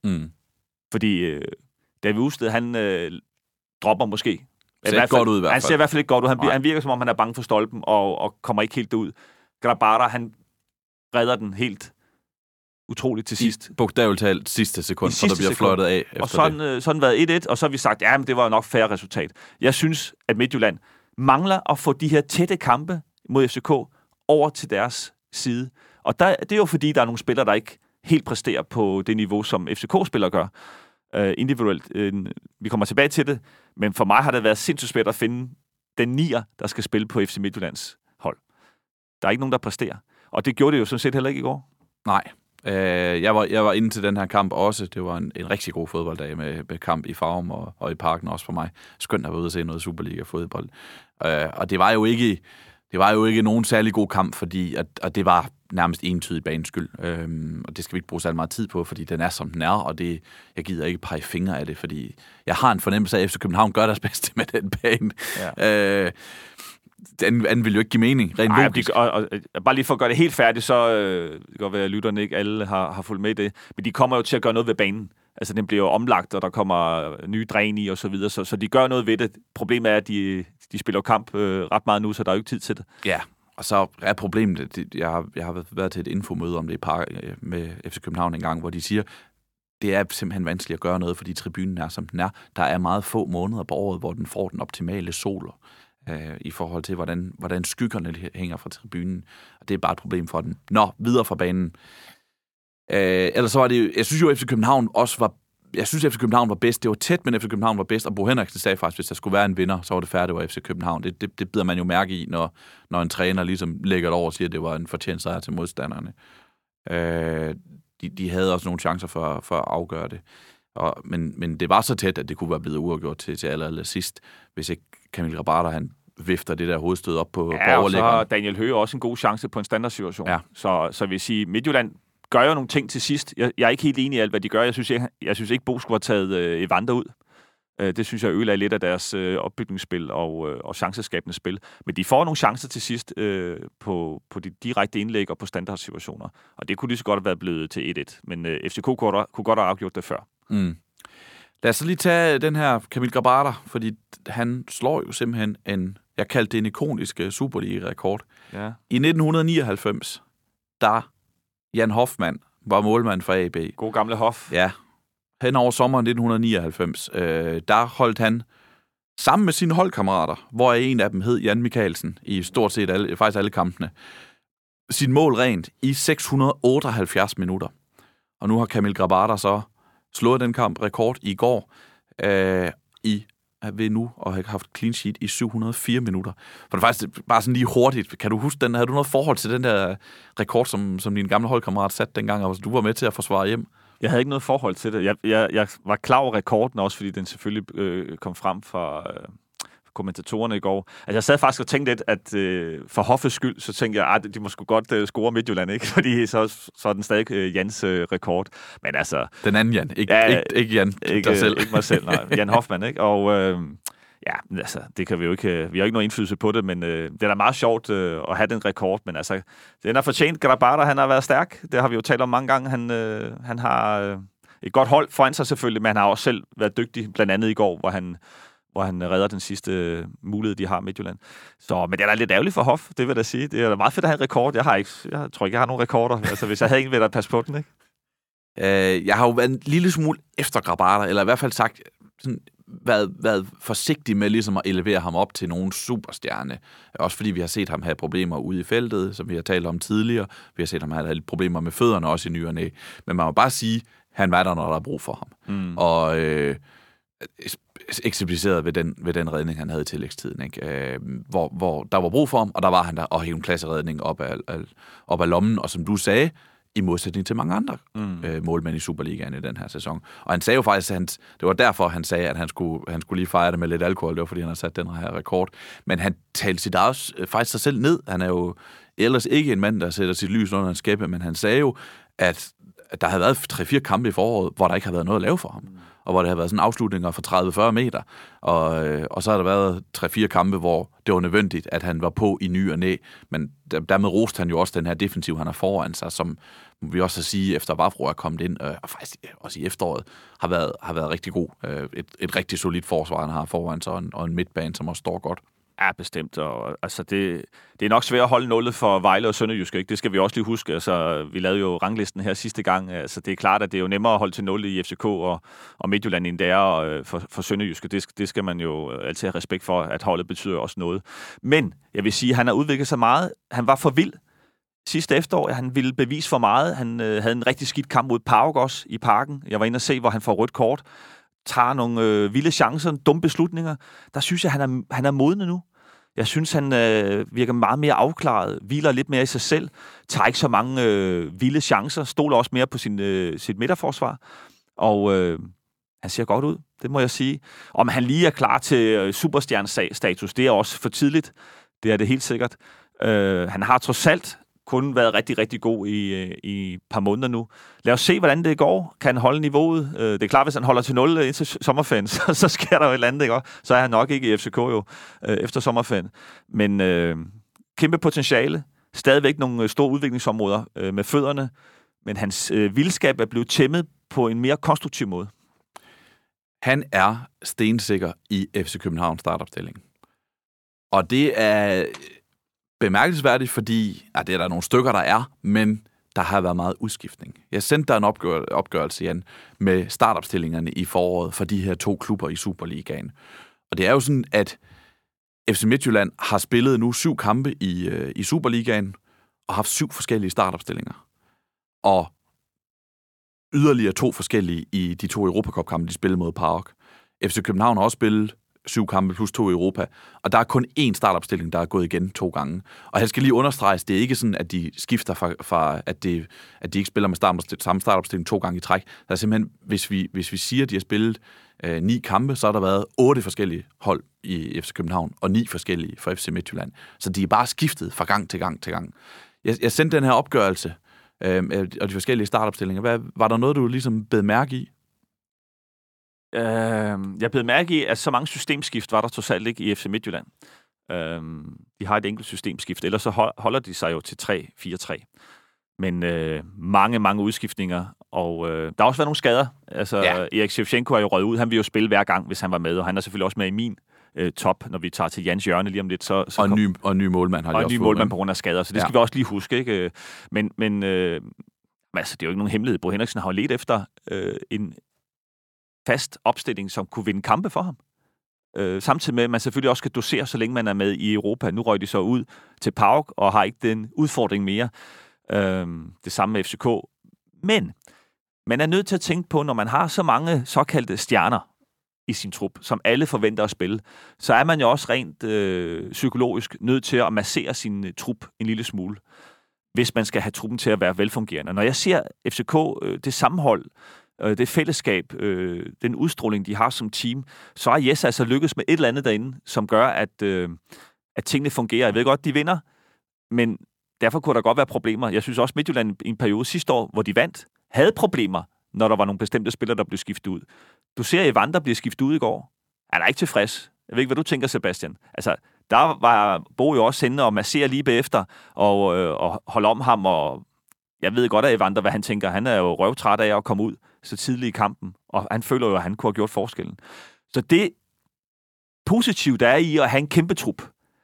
Fordi David Usted, han dropper måske. Ser godt ud i hvert fald. Han ser i hvert fald ikke godt ud. Han virker, som om han er bange for stolpen, og kommer ikke helt derud. Grabara, han redder den helt utroligt til sidst. Bogstaveligt talt sidste sekund, så der bliver fløjtet af efter og sådan været 1-1, og så har vi sagt, ja, men det var nok fair resultat. Jeg synes, at Midtjylland mangler at få de her tætte kampe mod FCK over til deres side. Og det er jo fordi, der er nogle spillere, der ikke helt præsterer på det niveau, som FCK-spillere gør. Individuelt. Vi kommer tilbage til det, men for mig har det været sindssygt svært at finde den nier, der skal spille på FC Midtjyllands hold. Der er ikke nogen, der præsterer. Og det gjorde det jo sådan set heller ikke i går. Nej. Jeg var inde til den her kamp også. Det var en rigtig god fodbolddag med kamp i Farum og i Parken også for mig. Skønt at være ude og se noget Superliga-fodbold. Og det var jo ikke nogen særlig god kamp, fordi at det var nærmest entydigt banens skyld. Og det skal vi ikke bruge særlig meget tid på, fordi den er, som den er, og jeg gider ikke pege fingre af det, fordi jeg har en fornemmelse af, at FC København gør deres bedste med den bane. Ja. Den vil jo ikke give mening, rent logisk. Og bare lige for at gøre det helt færdigt, så det kan godt være, at lytterne ikke alle har fulgt med i det, men de kommer jo til at gøre noget ved banen. Altså, den bliver jo omlagt, og der kommer nye dræn i og så videre, så de gør noget ved det. Problemet er, at de spiller kamp ret meget nu, så der er jo ikke tid til det. Ja, og så er problemet, jeg har været til et infomøde om det i Park med FC København en gang, hvor de siger, det er simpelthen vanskeligt at gøre noget, fordi tribunen er, som den er. Der er meget få måneder på året, hvor den får den optimale sol i forhold til, hvordan skyggerne hænger fra tribunen. Og det er bare et problem for den. Videre fra banen. Ellers så var det, jeg synes jo, at FC København også var, FC København var bedst. Det var tæt, men FC København var bedst. Og Bo Henriksen sagde faktisk, hvis der skulle være en vinder, så var det færdigt, det var FC København. Det bider man jo mærke i, når en træner ligesom lægger det over og siger, at det var en fortjent sejr til modstanderne. De havde også nogle chancer for at afgøre det. Men det var så tæt, at det kunne være blevet uafgjort til aller sidst, hvis ikke Kamil Grabara, han vifter det der hovedstød op på overlæggeren. Og så har Daniel Høgh også en god chance på en standardsituation. Ja. Så vil sige, Midtjylland gør jo nogle ting til sidst. Jeg er ikke helt enig i alt, hvad de gør. Jeg synes ikke, Bo skulle have taget Evander ud. Det synes jeg ødelagde lidt af deres opbygningsspil og chanceskabende spil. Men de får nogle chancer til sidst på de direkte indlæg og på standardsituationer. Og det kunne lige så godt have været blevet til 1-1. Men FCK kunne godt have afgjort det før. Lad os så lige tage den her Kamil Grabara, fordi han slår jo simpelthen jeg kaldte det en ikonisk Superliga-rekord. Ja. I 1999, der Jan Hoffmann var målmand for AB. God gamle Hoff. Ja. Hen over sommeren 1999, der holdt han sammen med sine holdkammerater, hvor en af dem hed Jan Michaelsen, i stort set alle kampene, sin mål rent i 678 minutter. Og nu har Kamil Grabara så slået den kamp rekord i går ved nu at have haft clean sheet i 704 minutter. For det er faktisk bare sådan lige hurtigt. Kan du huske den? Havde du noget forhold til den der rekord, som din gamle holdkammerat satte dengang, og du var med til at forsvare hjem? Jeg havde ikke noget forhold til det. Jeg var klar over rekorden også, fordi den selvfølgelig kom frem fra kommentatorerne i går. Altså, jeg sad faktisk og tænkte lidt, at for Hoffes skyld, så tænkte jeg, at de må sgu godt score Midtjylland, ikke? Fordi så er den stadig Jans rekord. Men altså... Den anden Jan, ikke Jan dig selv. Ikke mig selv, nej. Jan Hoffmann, ikke? Og altså, det kan vi jo ikke... Vi har ikke nogen indflydelse på det, men det er da meget sjovt at have den rekord. Men altså, den har fortjent. Grabara, han har været stærk. Det har vi jo talt om mange gange. Han har et godt hold foran sig selvfølgelig, men han har også selv været dygtig, blandt andet i går, hvor han redder den sidste mulighed, de har Midtjylland. Så, men det er da lidt ærgerligt for Hoff, det vil jeg da sige. Det er da meget fedt at have en rekord. Jeg tror ikke, jeg har nogen rekorder. Altså, hvis jeg havde en, ville jeg passe på den, ikke? Jeg har jo været en lille smule efter Grabara, eller i hvert fald sagt, sådan, været forsigtig med ligesom at elevere ham op til nogen superstjerne. Også fordi vi har set ham have problemer ude i feltet, som vi har talt om tidligere. Vi har set ham have problemer med fødderne også i ny og næ. Men man må bare sige, han var der, når der er brug for ham. Og eksemplificeret ved den redning, han havde i tillægstiden, ikke? Hvor der var brug for ham, og der var han der og hævde en klasseredning op af lommen, og som du sagde, i modsætning til mange andre målmænd i Superligaen i den her sæson. Og han sagde jo faktisk, at det var derfor, han sagde, at han skulle lige fejre det med lidt alkohol. Det var, fordi han har sat den her rekord. Men han talte sit faktisk sig selv ned. Han er jo ellers ikke en mand, der sætter sit lys under en skæppe, men han sagde jo, at der havde været 3-4 kampe i foråret, hvor der ikke havde været noget at lave for ham. Og hvor der havde været sådan afslutninger for 30-40 meter. Og så har der været 3-4 kampe, hvor det var nødvendigt, at han var på i ny og næ. Men dermed roste han jo også den her defensiv, han har foran sig, som vi også at sige, efter Vavro er kommet ind, og faktisk også i efteråret, har været rigtig god. Et rigtig solidt forsvar, han har foran sig, og en midtbane, som også står godt. Ja, bestemt. Og, altså, det er nok svært at holde nullet for Vejle og Sønderjyske, ikke? Det skal vi også lige huske. Altså, vi lavede jo ranglisten her sidste gang. Altså, det er klart, at det er jo nemmere at holde til 0 i FCK og Midtjylland, end det er for Sønderjyske. Det skal man jo altid have respekt for, at holdet betyder også noget. Men jeg vil sige, at han har udviklet sig meget. Han var for vild sidste efterår. Han ville bevise for meget. Han havde en rigtig skidt kamp mod PAOK også i Parken. Jeg var inde og se, hvor han får rødt kort. Tager nogle vilde chancer, dumme beslutninger. Der synes jeg, han er modnet nu. Jeg synes, han virker meget mere afklaret, hviler lidt mere i sig selv, tager ikke så mange vilde chancer, stoler også mere på sit midterforsvar, og han ser godt ud, det må jeg sige. Om han lige er klar til superstjernestatus, det er også for tidligt, det er det helt sikkert. Han har trods alt kun været rigtig, rigtig god i et par måneder nu. Lad os se, hvordan det går. Kan han holde niveauet? Det er klart, hvis han holder til 0 indtil sommerferien, så sker der jo et eller andet, ikke? Så er han nok ikke i FCK jo efter sommerferien. Men kæmpe potentiale. Stadigvæk nogle store udviklingsområder med fødderne. Men hans vildskab er blevet tæmmet på en mere konstruktiv måde. Han er stensikker i FC København startopstilling. Og det er bemærkelsesværdigt, fordi det er der nogle stykker, der er, men der har været meget udskiftning. Jeg sendte dig en opgørelse, Jan, med startopstillingerne i foråret for de her 2 klubber i Superligaen. Og det er jo sådan, at FC Midtjylland har spillet nu 7 kampe i Superligaen og haft 7 forskellige startopstillinger. Og yderligere 2 forskellige i de 2 Europacup-kampe, de spillede mod PAOK. FC København har også spillet 7 kampe plus 2 i Europa, og der er kun én startopstilling, der er gået igen 2 gange. Og han skal lige understreges, det er ikke sådan, at de skifter fra at de ikke spiller med samme startopstilling 2 gange i træk. Der er simpelthen, hvis vi siger, at de har spillet 9 kampe, så har der været 8 forskellige hold i FC København, og 9 forskellige for FC Midtjylland. Så de er bare skiftet fra gang til gang til gang. Jeg sendte den her opgørelse og de forskellige startopstillinger. Var der noget, du ligesom bed mærke i? Jeg blev mærke i, at så mange systemskift var der trods alt ikke i FC Midtjylland. De har et enkelt systemskift, ellers så holder de sig jo til 3-4-3. Men mange udskiftninger, og der har også været nogle skader. Altså, Erik Shevchenko er jo røget ud. Han vil jo spille hver gang, hvis han var med, og han er selvfølgelig også med i min top, når vi tager til Jans hjørne lige om lidt. Og en ny målmand har de også fået. Og en ny målmand på grund af skader, så det skal vi også lige huske. Ikke? Men altså, det er jo ikke nogen hemmelighed. Bo Henriksen har jo let efter en fast opstilling, som kunne vinde kampe for ham. Samtidig med, at man selvfølgelig også skal dosere, så længe man er med i Europa. Nu røg de så ud til PAOK og har ikke den udfordring mere. Det samme med FCK. Men man er nødt til at tænke på, når man har så mange såkaldte stjerner i sin trup, som alle forventer at spille, så er man jo også rent psykologisk nødt til at massere sin trup en lille smule, hvis man skal have truppen til at være velfungerende. Når jeg ser FCK, det sammenhold, det fællesskab, den udstråling, de har som team, så er Jes altså lykkes med et eller andet derinde, som gør, at tingene fungerer. Jeg ved godt, de vinder, men derfor kunne der godt være problemer. Jeg synes også, Midtjylland i en periode sidste år, hvor de vandt, havde problemer, når der var nogle bestemte spillere, der blev skiftet ud. Du ser, at Evander bliver skiftet ud i går. Han er ikke tilfreds. Jeg ved ikke, hvad du tænker, Sebastian. Altså, der var Bo jo også henne og massere lige bagefter, og holde om ham, og jeg ved godt, at Evander, hvad han tænker. Han er jo røvtræt af at komme ud så tidligt i kampen, og han føler jo, at han kunne have gjort forskellen. Så det positive, der er i at have en kæmpe trup,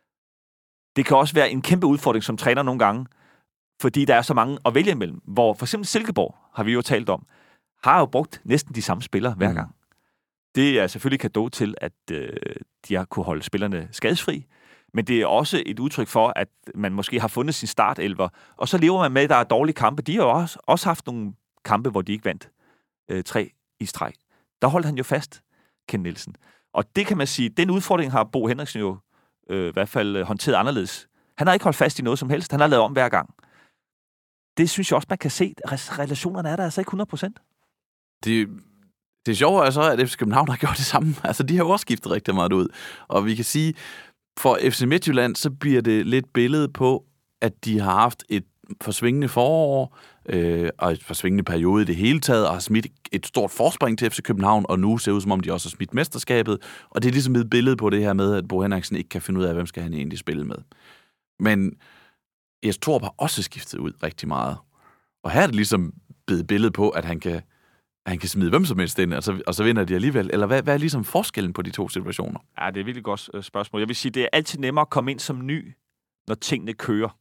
det kan også være en kæmpe udfordring som træner nogle gange, fordi der er så mange at vælge imellem. Hvor for eksempel Silkeborg, har vi jo talt om, har jo brugt næsten de samme spillere hver gang. Det er selvfølgelig cadeau til, at de har kunne holde spillerne skadesfri, men det er også et udtryk for, at man måske har fundet sin startelver, og så lever man med, at der er dårlige kampe. De har jo også haft nogle kampe, hvor de ikke vandt 3 i streg. Der holdt han jo fast, Ken Nielsen. Og det kan man sige, den udfordring har Bo Henriksen jo i hvert fald håndteret anderledes. Han har ikke holdt fast i noget som helst. Han har lavet om hver gang. det synes jeg også, man kan se. Relationerne er der altså ikke 100%. Det sjove er så, at FC København har gjort det samme. Altså, de har jo også skiftet rigtig meget ud. Og vi kan sige, for FC Midtjylland, så bliver det lidt billedet på, at de har haft et forsvingende forår, og et forsvingende periode i det hele taget, og har smidt et stort forspring til FC København, og nu ser ud som om, de også har smidt mesterskabet. Og det er ligesom et billede på det her med, at Bo Henriksen ikke kan finde ud af, hvem skal han egentlig spille med. Men Jes Torup har også skiftet ud rigtig meget. Og her er det ligesom blevet billedet på, at han kan smide hvem som helst ind, og så vinder de alligevel. Eller hvad er ligesom forskellen på de to situationer? Ja, det er et virkelig godt spørgsmål. Jeg vil sige, det er altid nemmere at komme ind som ny, når tingene kører.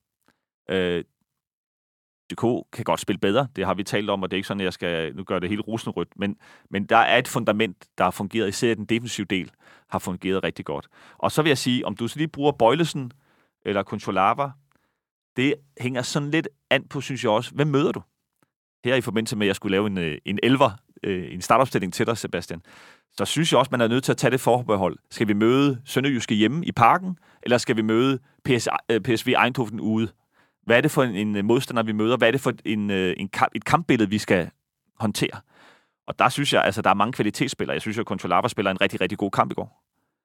DK kan godt spille bedre, det har vi talt om, og det er ikke sådan, at jeg skal nu gøre det helt rosenrødt, men der er et fundament, der har fungeret, især den defensive del, har fungeret rigtig godt. Og så vil jeg sige, om du så lige bruger Bøjlesen eller Concholava, det hænger sådan lidt an på, synes jeg også, hvem møder du? Her i forbindelse med, at jeg skulle lave en elver, en startopstilling til dig, Sebastian, så synes jeg også, man er nødt til at tage det forbehold. Skal vi møde Sønderjyske hjemme i Parken, eller skal vi møde PSV Eindhoven ude? Hvad er det for en modstander, vi møder? Hvad er det for et kampbillede, vi skal håndtere? Og der synes jeg, altså, der er mange kvalitetsspillere. Jeg synes, at Concholava spiller en rigtig, rigtig god kamp i går.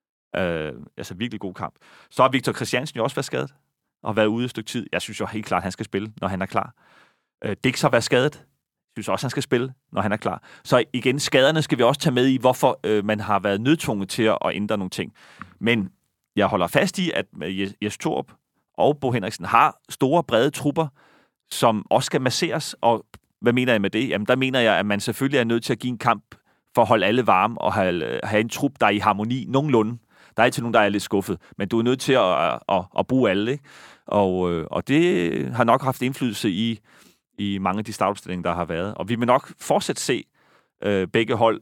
Altså virkelig god kamp. Så har Victor Christiansen jo også været skadet og været ude et stykke tid. Jeg synes jo helt klart, at han skal spille, når han er klar. Dix har været skadet. Jeg synes også, han skal spille, når han er klar. Så igen, skaderne skal vi også tage med i, hvorfor man har været nødtvunget til at ændre nogle ting. Men jeg holder fast i, at Jes Torup og Bo Henriksen har store, brede trupper, som også skal masseres. Og hvad mener jeg med det? Jamen, der mener jeg, at man selvfølgelig er nødt til at give en kamp for at holde alle varme og have en trup, der er i harmoni nogenlunde. Der er altid nogen, der er lidt skuffet, men du er nødt til at bruge alle, ikke? Og det har nok haft indflydelse i mange af de startopstillinger, der har været. Og vi vil nok fortsat se begge hold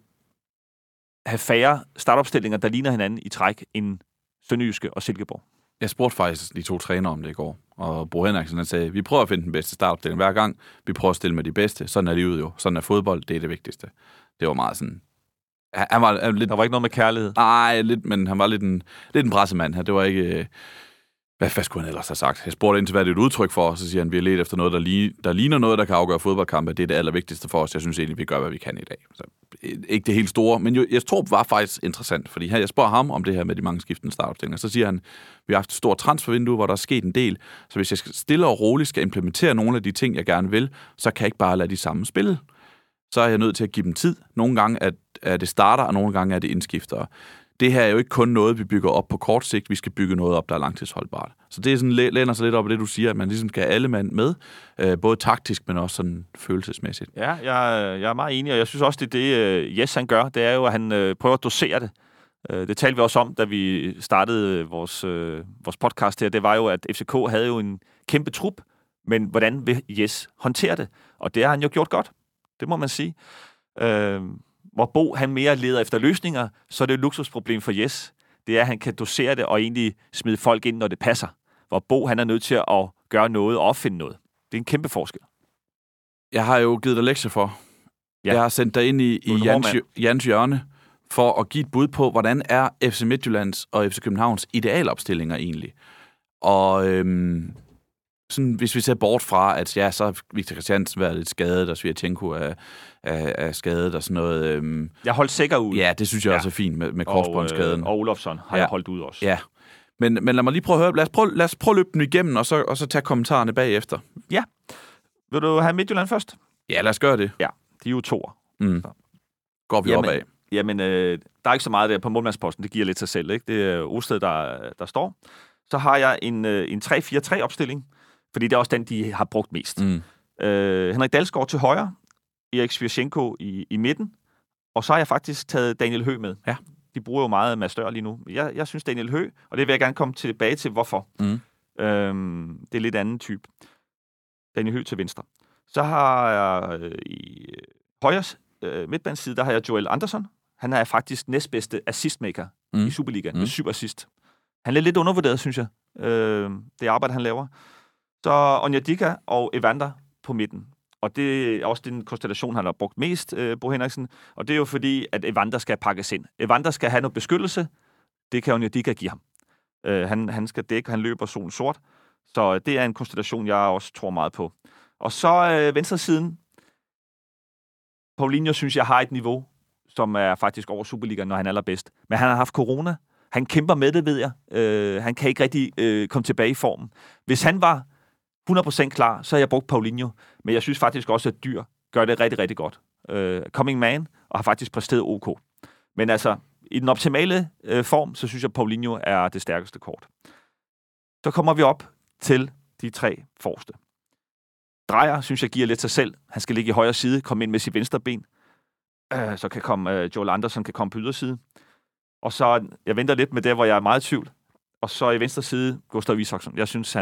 have færre startopstillinger, der ligner hinanden i træk, end Sønderjyske og Silkeborg. Jeg spurgte faktisk de to trænere om det i går, og Bo Henriksen han sagde, vi prøver at finde den bedste startopstilling hver gang, vi prøver at stille med de bedste, sådan er livet jo, sådan er fodbold, det er det vigtigste. Det var meget sådan... Han var lidt... Der var ikke noget med kærlighed? Nej, lidt, men han var lidt en pressemand her. Det var ikke... Hvad skulle han ellers have sagt? Jeg spurgte ind til, hvad det er et udtryk for, og så siger han, vi har let efter noget, der ligner noget, der kan afgøre fodboldkampe. Det er det allervigtigste for os. Jeg synes egentlig, vi gør, hvad vi kan i dag. Så, ikke det helt store, men jeg tror, det var faktisk interessant, fordi her, jeg spørger ham om det her med de mange skiftende startopstillinger. Så siger han, vi har haft et stort transfervindue, hvor der er sket en del, så hvis jeg stille og roligt skal implementere nogle af de ting, jeg gerne vil, så kan jeg ikke bare lade de samme spille. Så er jeg nødt til at give dem tid. Nogle gange er det starter, og nogle gange er det indskiftere. Det her er jo ikke kun noget, vi bygger op på kort sigt. Vi skal bygge noget op, der er langtidsholdbart. Så det er sådan, læner sig lidt op af det, du siger, at man ligesom skal have alle mand med, både taktisk, men også sådan følelsesmæssigt. Ja, jeg er meget enig, og jeg synes også, det Jes han gør, det er jo, at han prøver at dosere det. Det talte vi også om, da vi startede vores podcast her. Det var jo, at FCK havde jo en kæmpe trup, men hvordan vil Jes håndtere det? Og det har han jo gjort godt. Det må man sige. Hvor Bo han mere leder efter løsninger, så er det et luksusproblem for Jes. Det er, at han kan dosere det og egentlig smide folk ind, når det passer. Hvor Bo han er nødt til at gøre noget og opfinde noget. Det er en kæmpe forskel. Jeg har jo givet dig lektier for. Ja. Jeg har sendt dig ind i Jans hjørne for at give et bud på, hvordan er FC Midtjyllands og FC Københavns idealopstillinger egentlig. Og sådan, hvis vi ser bort fra, at ja, så har Victor Christiansen været lidt skadet, og Svirchenko er skadet og sådan noget. Jeg holdt sikker ud. Ja, det synes jeg også er fint med korsbåndsskaden. Og Olofsson har jeg holdt ud også. Ja, men lad mig lige prøve at høre. Lad os prøve at løbe dem igennem, og så tage kommentarerne bagefter. Ja. Vil du have Midtjylland først? Ja, lad os gøre det. Ja, de er jo toer. Går vi opad? Jamen, der er ikke så meget der på målmandsposten. Det giver lidt sig selv, ikke? Det er Osted, der står. Så har jeg en 3-4-3-opstilling, fordi det er også den, de har brugt mest. Henrik Dalsgaard til højre, Erik Svirchenko i midten, og så har jeg faktisk taget Daniel Høgh med. Ja. De bruger jo meget Mads Dør lige nu. Jeg synes Daniel Høgh, og det vil jeg gerne komme tilbage til, hvorfor. Det er lidt anden type. Daniel Høgh til venstre. Så har jeg i højre midtbaneside, der har jeg Joel Andersson. Han er faktisk næstbedste assistmaker i Superligaen med 7 assist. Han er lidt undervurderet, synes jeg, det arbejde, han laver. Så Onyedika og Evander på midten. Og det er også den konstellation, han har brugt mest, Bo Henriksen. Og det er jo fordi, at Evander skal pakkes ind. Evander skal have noget beskyttelse. Det kan Onyedika give ham. Han skal dække, han løber solen sort. Så det er en konstellation, jeg også tror meget på. Og så venstre siden. Paulinho synes jeg har et niveau, som er faktisk over Superligaen, når han er allerbedst. Men han har haft corona. Han kæmper med det, ved jeg. Han kan ikke rigtig komme tilbage i formen. Hvis han var 100% klar, så har jeg brugt Paulinho. Men jeg synes faktisk også, at Dyr gør det rigtig, rigtig godt. Coming man, og har faktisk præsteret OK. Men altså, i den optimale form, så synes jeg, at Paulinho er det stærkeste kort. Så kommer vi op til de 3 forreste. Dreyer, synes jeg, giver lidt sig selv. Han skal ligge i højre side, komme ind med sit venstre ben. Så kan komme Joel Andersen kan komme på yderside. Og så, jeg venter lidt med det, hvor jeg er meget i tvivl. Og så i venstre side, Gustav Isaksen. Jeg synes,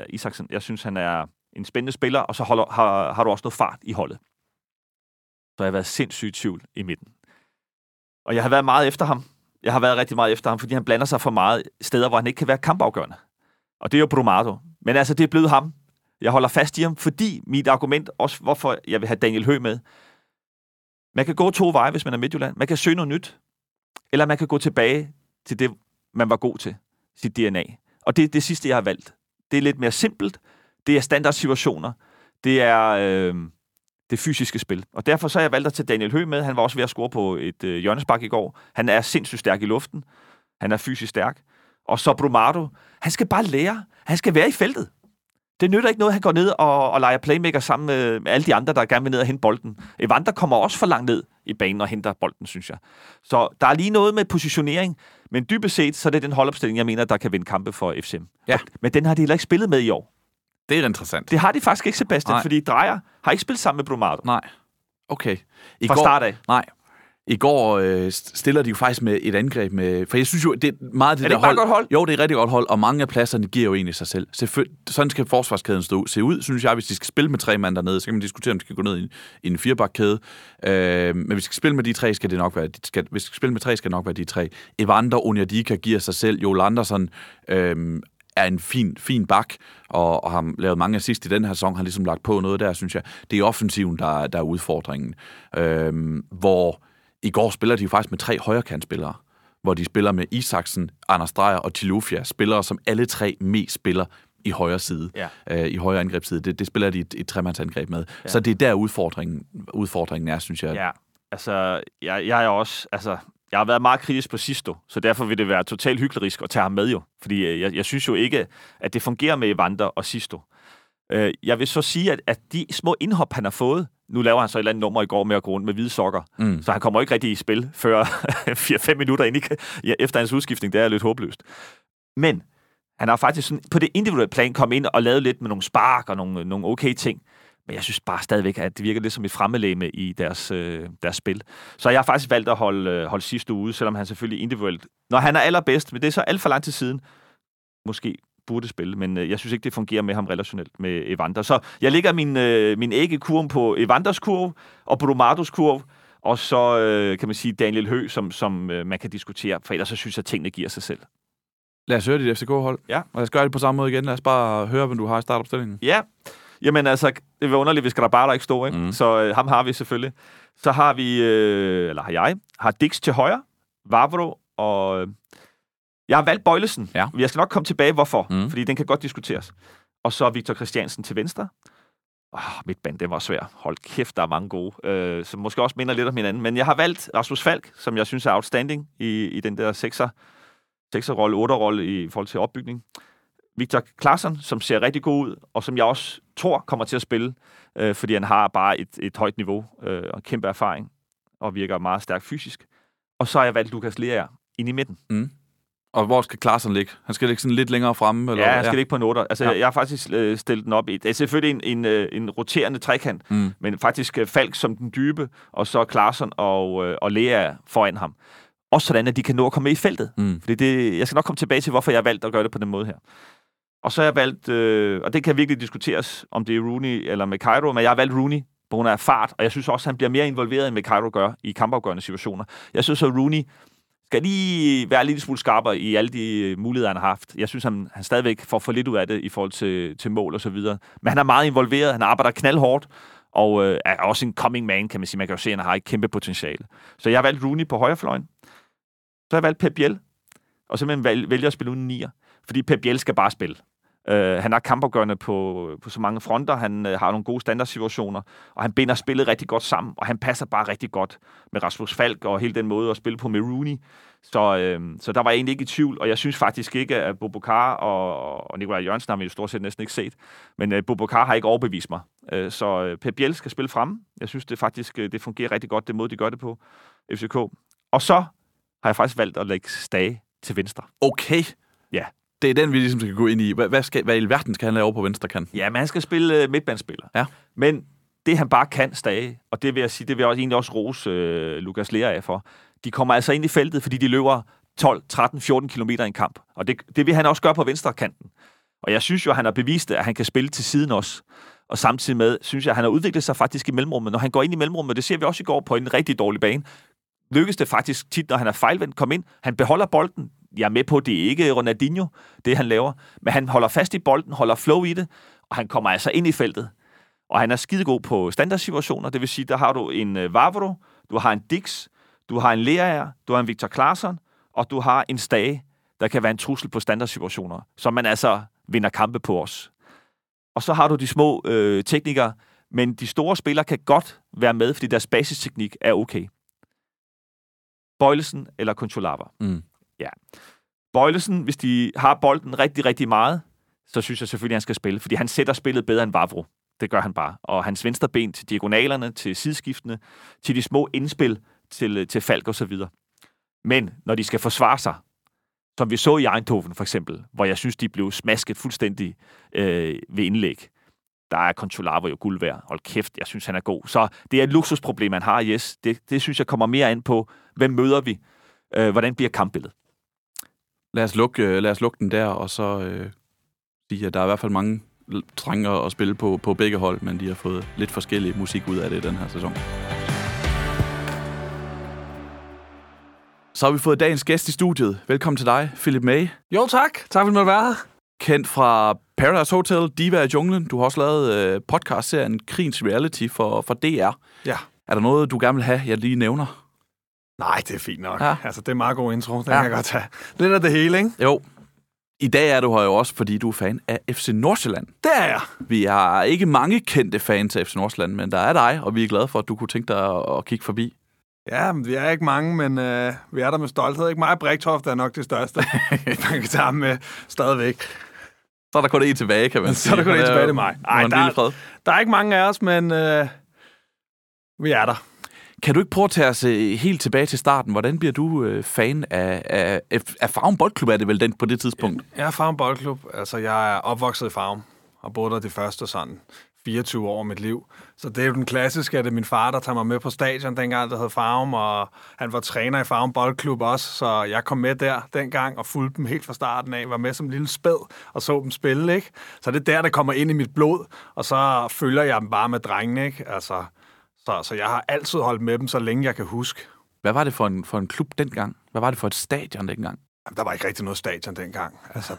han er en spændende spiller, og så har du også noget fart i holdet. Så jeg har været sindssygt i tvivl i midten. Og jeg har været meget efter ham. Jeg har været rigtig meget efter ham, fordi han blander sig for meget steder, hvor han ikke kan være kampafgørende. Og det er jo Brumado. Men altså, det er blevet ham. Jeg holder fast i ham, fordi mit argument, også hvorfor jeg vil have Daniel Høgh med. Man kan gå 2 veje, hvis man er Midtjylland. Man kan søge noget nyt, eller man kan gå tilbage til det, man var god til, sit DNA. Og det er det sidste, jeg har valgt. Det er lidt mere simpelt. Det er standardsituationer. Det er det fysiske spil. Og derfor så har jeg valgt at tage Daniel Høgh med. Han var også ved at score på et hjørnespark i går. Han er sindssygt stærk i luften. Han er fysisk stærk. Og så Brumado. Han skal bare lære. Han skal være i feltet. Det nytter ikke noget, han går ned og leger playmaker sammen med alle de andre, der gerne vil ned og hente bolden. Evander kommer også for langt ned i banen og henter bolden, synes jeg. Så der er lige noget med positionering, men dybest set, så er det den holdopstilling, jeg mener, der kan vinde kampe for FCM. Ja. Men den har de heller ikke spillet med i år. Det er interessant. Det har de faktisk ikke, Sebastian, fordi Dreyer har ikke spillet sammen med Brumado. Nej. Okay. Fra start af. Nej. I går stiller de jo faktisk med et angreb med... For jeg synes jo, det er meget det er det der hold... godt hold? Jo, det er et rigtig godt hold, og mange af pladserne giver jo egentlig sig selv. Sådan skal forsvarskæden se ud, synes jeg. Hvis de skal spille med 3 mand dernede, så kan man diskutere, om de skal gå ned i en 4-bakkæde. Men hvis vi skal spille med de 3, skal det nok være... Hvis vi skal spille med 3, skal det nok være de 3. Evander, Onyedika giver sig selv. Joel Andersen er en fin bak, og har lavet mange assist i den her sæson. Har ligesom lagt på noget der, synes jeg. Det er offensiven, der er udfordringen. Hvor... I går spiller de faktisk med 3 højrekantspillere, hvor de spiller med Isaksen, Anders Dreyer og Tilufia, spillere, som alle 3 mest spiller i højre side, i højre angrebsside. Det spiller de et 3-mandsangreb med. Ja. Så det er der udfordringen er, synes jeg. Ja, altså, jeg er også, altså, jeg har været meget kritisk på Sisto, så derfor vil det være totalt hyklerisk at tage ham med jo. Fordi jeg synes jo ikke, at det fungerer med Evander og Sisto. Jeg vil så sige, at de små indhop, han har fået, nu laver han så et eller andet nummer i går med at gå rundt med hvide sokker, så han kommer ikke rigtig i spil før 4-5 minutter ind efter hans udskiftning. Det er lidt håbløst. Men han har faktisk sådan, på det individuelle plan kommet ind og lavet lidt med nogle spark og nogle okay ting. Men jeg synes bare stadigvæk, at det virker lidt som et fremmelæme i deres spil. Så jeg har faktisk valgt at holde sidste ude, selvom han selvfølgelig individuelt, når han er allerbedst, men det er så alt for lang tid siden, måske burde spille, men jeg synes ikke, det fungerer med ham relationelt med Evander. Så jeg lægger min æggekurve på Evanders kurve og Brumados kurve, og så kan man sige Daniel Høgh, som man kan diskutere, for ellers så synes jeg, at tingene giver sig selv. Lad os høre dit FCK-hold. Ja. Og lad os gøre det på samme måde igen. Lad os bare høre, hvem du har i startopstillingen. Ja. Jamen altså, det var underligt, hvis Grabara ikke stå, ikke? Så ham har vi selvfølgelig. Så har vi, har Dix til højre, Vavro og... Jeg har valgt Bøjlesen. Ja. Jeg skal nok komme tilbage, hvorfor. Fordi den kan godt diskuteres. Og så Victor Christiansen til venstre. Midtbanen, den var svær. Hold kæft, der er mange gode. Som måske også minder lidt om hinanden. Men jeg har valgt Rasmus Falk, som jeg synes er outstanding i den der 6'er-rolle, 8'er-rolle i forhold til opbygning. Victor Claesson, som ser rigtig god ud, og som jeg også tror kommer til at spille, fordi han har bare et højt niveau og kæmpe erfaring, og virker meget stærkt fysisk. Og så har jeg valgt Lukas Lea ind i midten. Og hvor skal Claesson ligge? Han skal ligge sådan lidt længere fremme? Eller? Ja, han skal ligge på en 8'er. Altså, jeg har faktisk stillet den op i... Det er selvfølgelig en roterende trekant, men faktisk Falk som den dybe, og så Claesson og Lea foran ham. Også sådan, at de kan nå at komme med i feltet. Fordi jeg skal nok komme tilbage til, hvorfor jeg har valgt at gøre det på den måde her. Og så har jeg valgt... og det kan virkelig diskuteres, om det er Rooney eller Mekajro, men jeg har valgt Rooney på grund af fart, og jeg synes også, at han bliver mere involveret, end Mekajro gør i kampafgørende situationer. Jeg synes, at Rooney skal lige være lidt smule skarpere i alle de muligheder, han har haft. Jeg synes, han stadigvæk får for lidt ud af det i forhold til mål og så videre. Men han er meget involveret, han arbejder knaldhårdt, og er også en coming man, kan man sige. Man kan jo se, at han har et kæmpe potentiale. Så jeg har valgt Rooney på højrefløjen. Så har jeg valgt Pep Biel, og simpelthen vælger at spille uden nier, fordi Pep Biel skal bare spille. Han er kampafgørende på så mange fronter. Han har nogle gode standardsituationer, og han binder spillet rigtig godt sammen, og han passer bare rigtig godt med Rasmus Falk og hele den måde at spille på med Rooney. Så der var jeg egentlig ikke i tvivl, og jeg synes faktisk ikke, at Boubacar og Nikolaj Jørgensen har vi jo stort set næsten ikke set, men Boubacar har ikke overbevist mig. Så Pep Biel skal spille fremme. Jeg synes det faktisk det fungerer rigtig godt, det måde, de gør det på FCK. Og så har jeg faktisk valgt at lægge Stage til venstre. Okay. Ja. Det er den, vi ligesom skal gå ind i. Hvad i verden skal han lave over på venstre kant? Ja, men han skal spille midtbanespiller. Ja. Men det han bare kan, Stage, og det vil jeg sige, det vil jeg egentlig også rose Lukas Lea af for. De kommer altså ind i feltet, fordi de løber 12, 13, 14 kilometer i en kamp. Og det vil han også gøre på venstre kanten. Og jeg synes jo, at han har bevist, at han kan spille til siden også. Og samtidig med, synes jeg, at han har udviklet sig faktisk i mellemrummet. Når han går ind i mellemrummet, det ser vi også i går på en rigtig dårlig bane, lykkes det faktisk tit, når han er fejlvendt, kom ind. Han beholder bolden. Jeg er med på, det er ikke Ronaldinho, det han laver. Men han holder fast i bolden, holder flow i det, og han kommer altså ind i feltet. Og han er skidegod på standardsituationer. Det vil sige, der har du en Vavro, du har en Dix, du har en Lea, du har en Victor Claesson, og du har en Stage, der kan være en trussel på standardsituationer, som man altså vinder kampe på os. Og så har du de små teknikere, men de store spillere kan godt være med, fordi deres basisteknik er okay. Boilesen eller Concholava. Ja. Boilesen, hvis de har bolden rigtig, rigtig meget, så synes jeg selvfølgelig, at han skal spille, fordi han sætter spillet bedre end Vavro. Det gør han bare. Og hans venstre ben til diagonalerne, til sideskiftene, til de små indspil, til Falk og så videre. Men når de skal forsvare sig, som vi så i Eindhoven for eksempel, hvor jeg synes, de blev smasket fuldstændig ved indlæg, der er Concholava jo guld værd. Hold kæft, jeg synes, han er god. Så det er et luksusproblem, han har, yes. Det synes jeg kommer mere ind på, hvem møder vi? Hvordan bliver kampbilledet? Lad os lukke den der, og så sige, at der er i hvert fald mange trænger at spille på begge hold, men de har fået lidt forskellig musik ud af det i den her sæson. Så har vi fået dagens gæst i studiet. Velkommen til dig, Philip May. Jo, tak. Tak fordi du måtte være her. Kendt fra Paradise Hotel, Diva i junglen. Du har også lavet podcast-serien Krigens Reality for DR. Ja. Er der noget, du gerne vil have, jeg lige nævner? Nej, det er fint nok. Ja. Altså, det er en meget god intro. Den kan jeg godt tage. Lidt af det hele, ikke? Jo. I dag er du her jo også, fordi du er fan af FC Nordsjælland. Det er jeg. Vi har ikke mange kendte fans af FC Nordsjælland, men der er dig, og vi er glade for, at du kunne tænke dig at kigge forbi. Ja, vi er ikke mange, men vi er der med stolthed. Ikke mig og Briktoft er nok det største. Man kan tage ham med stadigvæk. Så er der kun en tilbage, kan man sige. Så er der kun en tilbage til mig. Ej, der er ikke mange af os, men vi er der. Kan du ikke prøve at tage os helt tilbage til starten? Hvordan bliver du fan af Farum Boldklub, er det vel den på det tidspunkt? Jeg er Farum Boldklub. Altså, jeg er opvokset i Farum og boet der de første sådan 24 år af mit liv. Så det er jo den klassiske, at det er min far, der tager mig med på stadion dengang, der hed Farum, og han var træner i Farum Boldklub også, så jeg kom med der dengang og fulgte dem helt fra starten af, var med som en lille spæd og så dem spille, ikke? Så det er der, der kommer ind i mit blod, og så følger jeg dem bare med drengene, ikke? Altså, så jeg har altid holdt med dem, så længe jeg kan huske. Hvad var det for en klub dengang? Hvad var det for et stadion dengang? Jamen, der var ikke rigtig noget stadion dengang. Altså,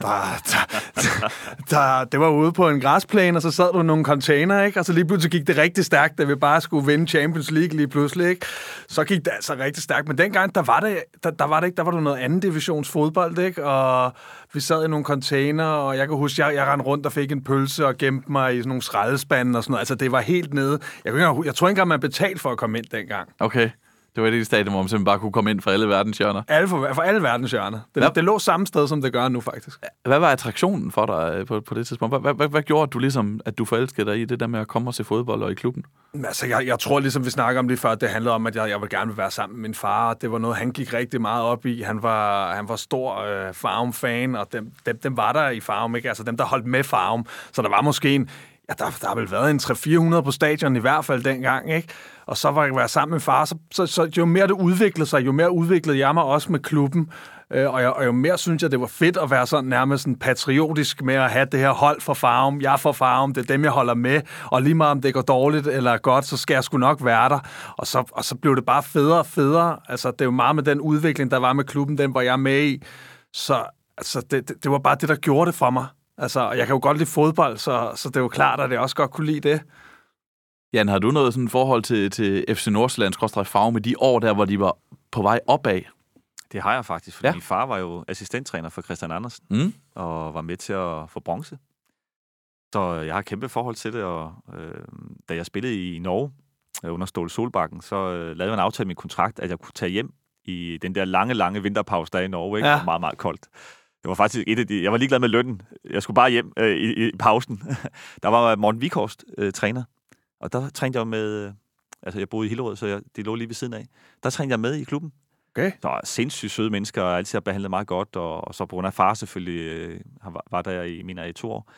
det var ude på en græsplæne, og så sad du i nogle container, ikke? Og så lige pludselig gik det rigtig stærkt, da vi bare skulle vinde Champions League lige pludselig, ikke? Så gik det altså rigtig stærkt. Men dengang, der var det noget anden divisions fodbold, ikke? Og vi sad i nogle container, og jeg kan huske, jeg rendte rundt og fik en pølse og gemte mig i sådan nogle skraldespande og sådan noget. Altså, det var helt nede. Jeg tror ikke engang, man betalte for at komme ind dengang. Okay. Det var et stadion, hvor man simpelthen bare kunne komme ind fra alle verdens hjørner. For alle verdens hjørner. Det lå samme sted, som det gør nu, faktisk. Hvad var attraktionen for dig på det tidspunkt? Hvad gjorde du ligesom, at du forelskede dig i det der med at komme og se fodbold og i klubben? Altså, jeg tror, ligesom vi snakker om lige før, det handlede om, at jeg ville gerne være sammen med min far. Det var noget, han gik rigtig meget op i. Han var stor Farum-fan, og dem var der i Farum, ikke? Altså dem, der holdt med Farum. Så der var måske der har vel været en 300-400 på stadion i hvert fald dengang, ikke? Og så var jeg være sammen med far, så jo mere det udviklede sig, jo mere udviklede jeg mig også med klubben. Og jo mere synes jeg, det var fedt at være sådan nærmest sådan patriotisk med at have det her hold for Farum. Jeg er for Farum, det er dem, jeg holder med. Og lige meget om det går dårligt eller godt, så skal jeg sgu nok være der. Og så blev det bare federe og federe. Altså, det er jo meget med den udvikling, der var med klubben, den var jeg med i. Så altså, det var bare det, der gjorde det for mig. Altså, jeg kan jo godt lide fodbold, så det er jo klart, at jeg også godt kunne lide det. Jan, har du noget sådan forhold til FC Nordsjælland Farum i de år der, hvor de var på vej opad? Det har jeg faktisk, fordi min far var jo assistenttræner for Christian Andersen, og var med til at få bronze Så jeg har et kæmpe forhold til det, og da jeg spillede i Norge under Ståle Solbakken, så lavede jeg en aftale med min kontrakt, at jeg kunne tage hjem i den der lange vinterpause, der er i Norge, ikke? Ja. Meget, meget koldt. Det var faktisk jeg var ligeglad med lønnen. Jeg skulle bare hjem i pausen. Der var Morten Vikhorst træner, og der trænede jeg med... jeg boede i Hillerød, så det lå lige ved siden af. Der trænede jeg med i klubben. Okay. Så sindssygt søde mennesker, og altid har behandlet meget godt, og så på grund af far selvfølgelig var der i 2 år.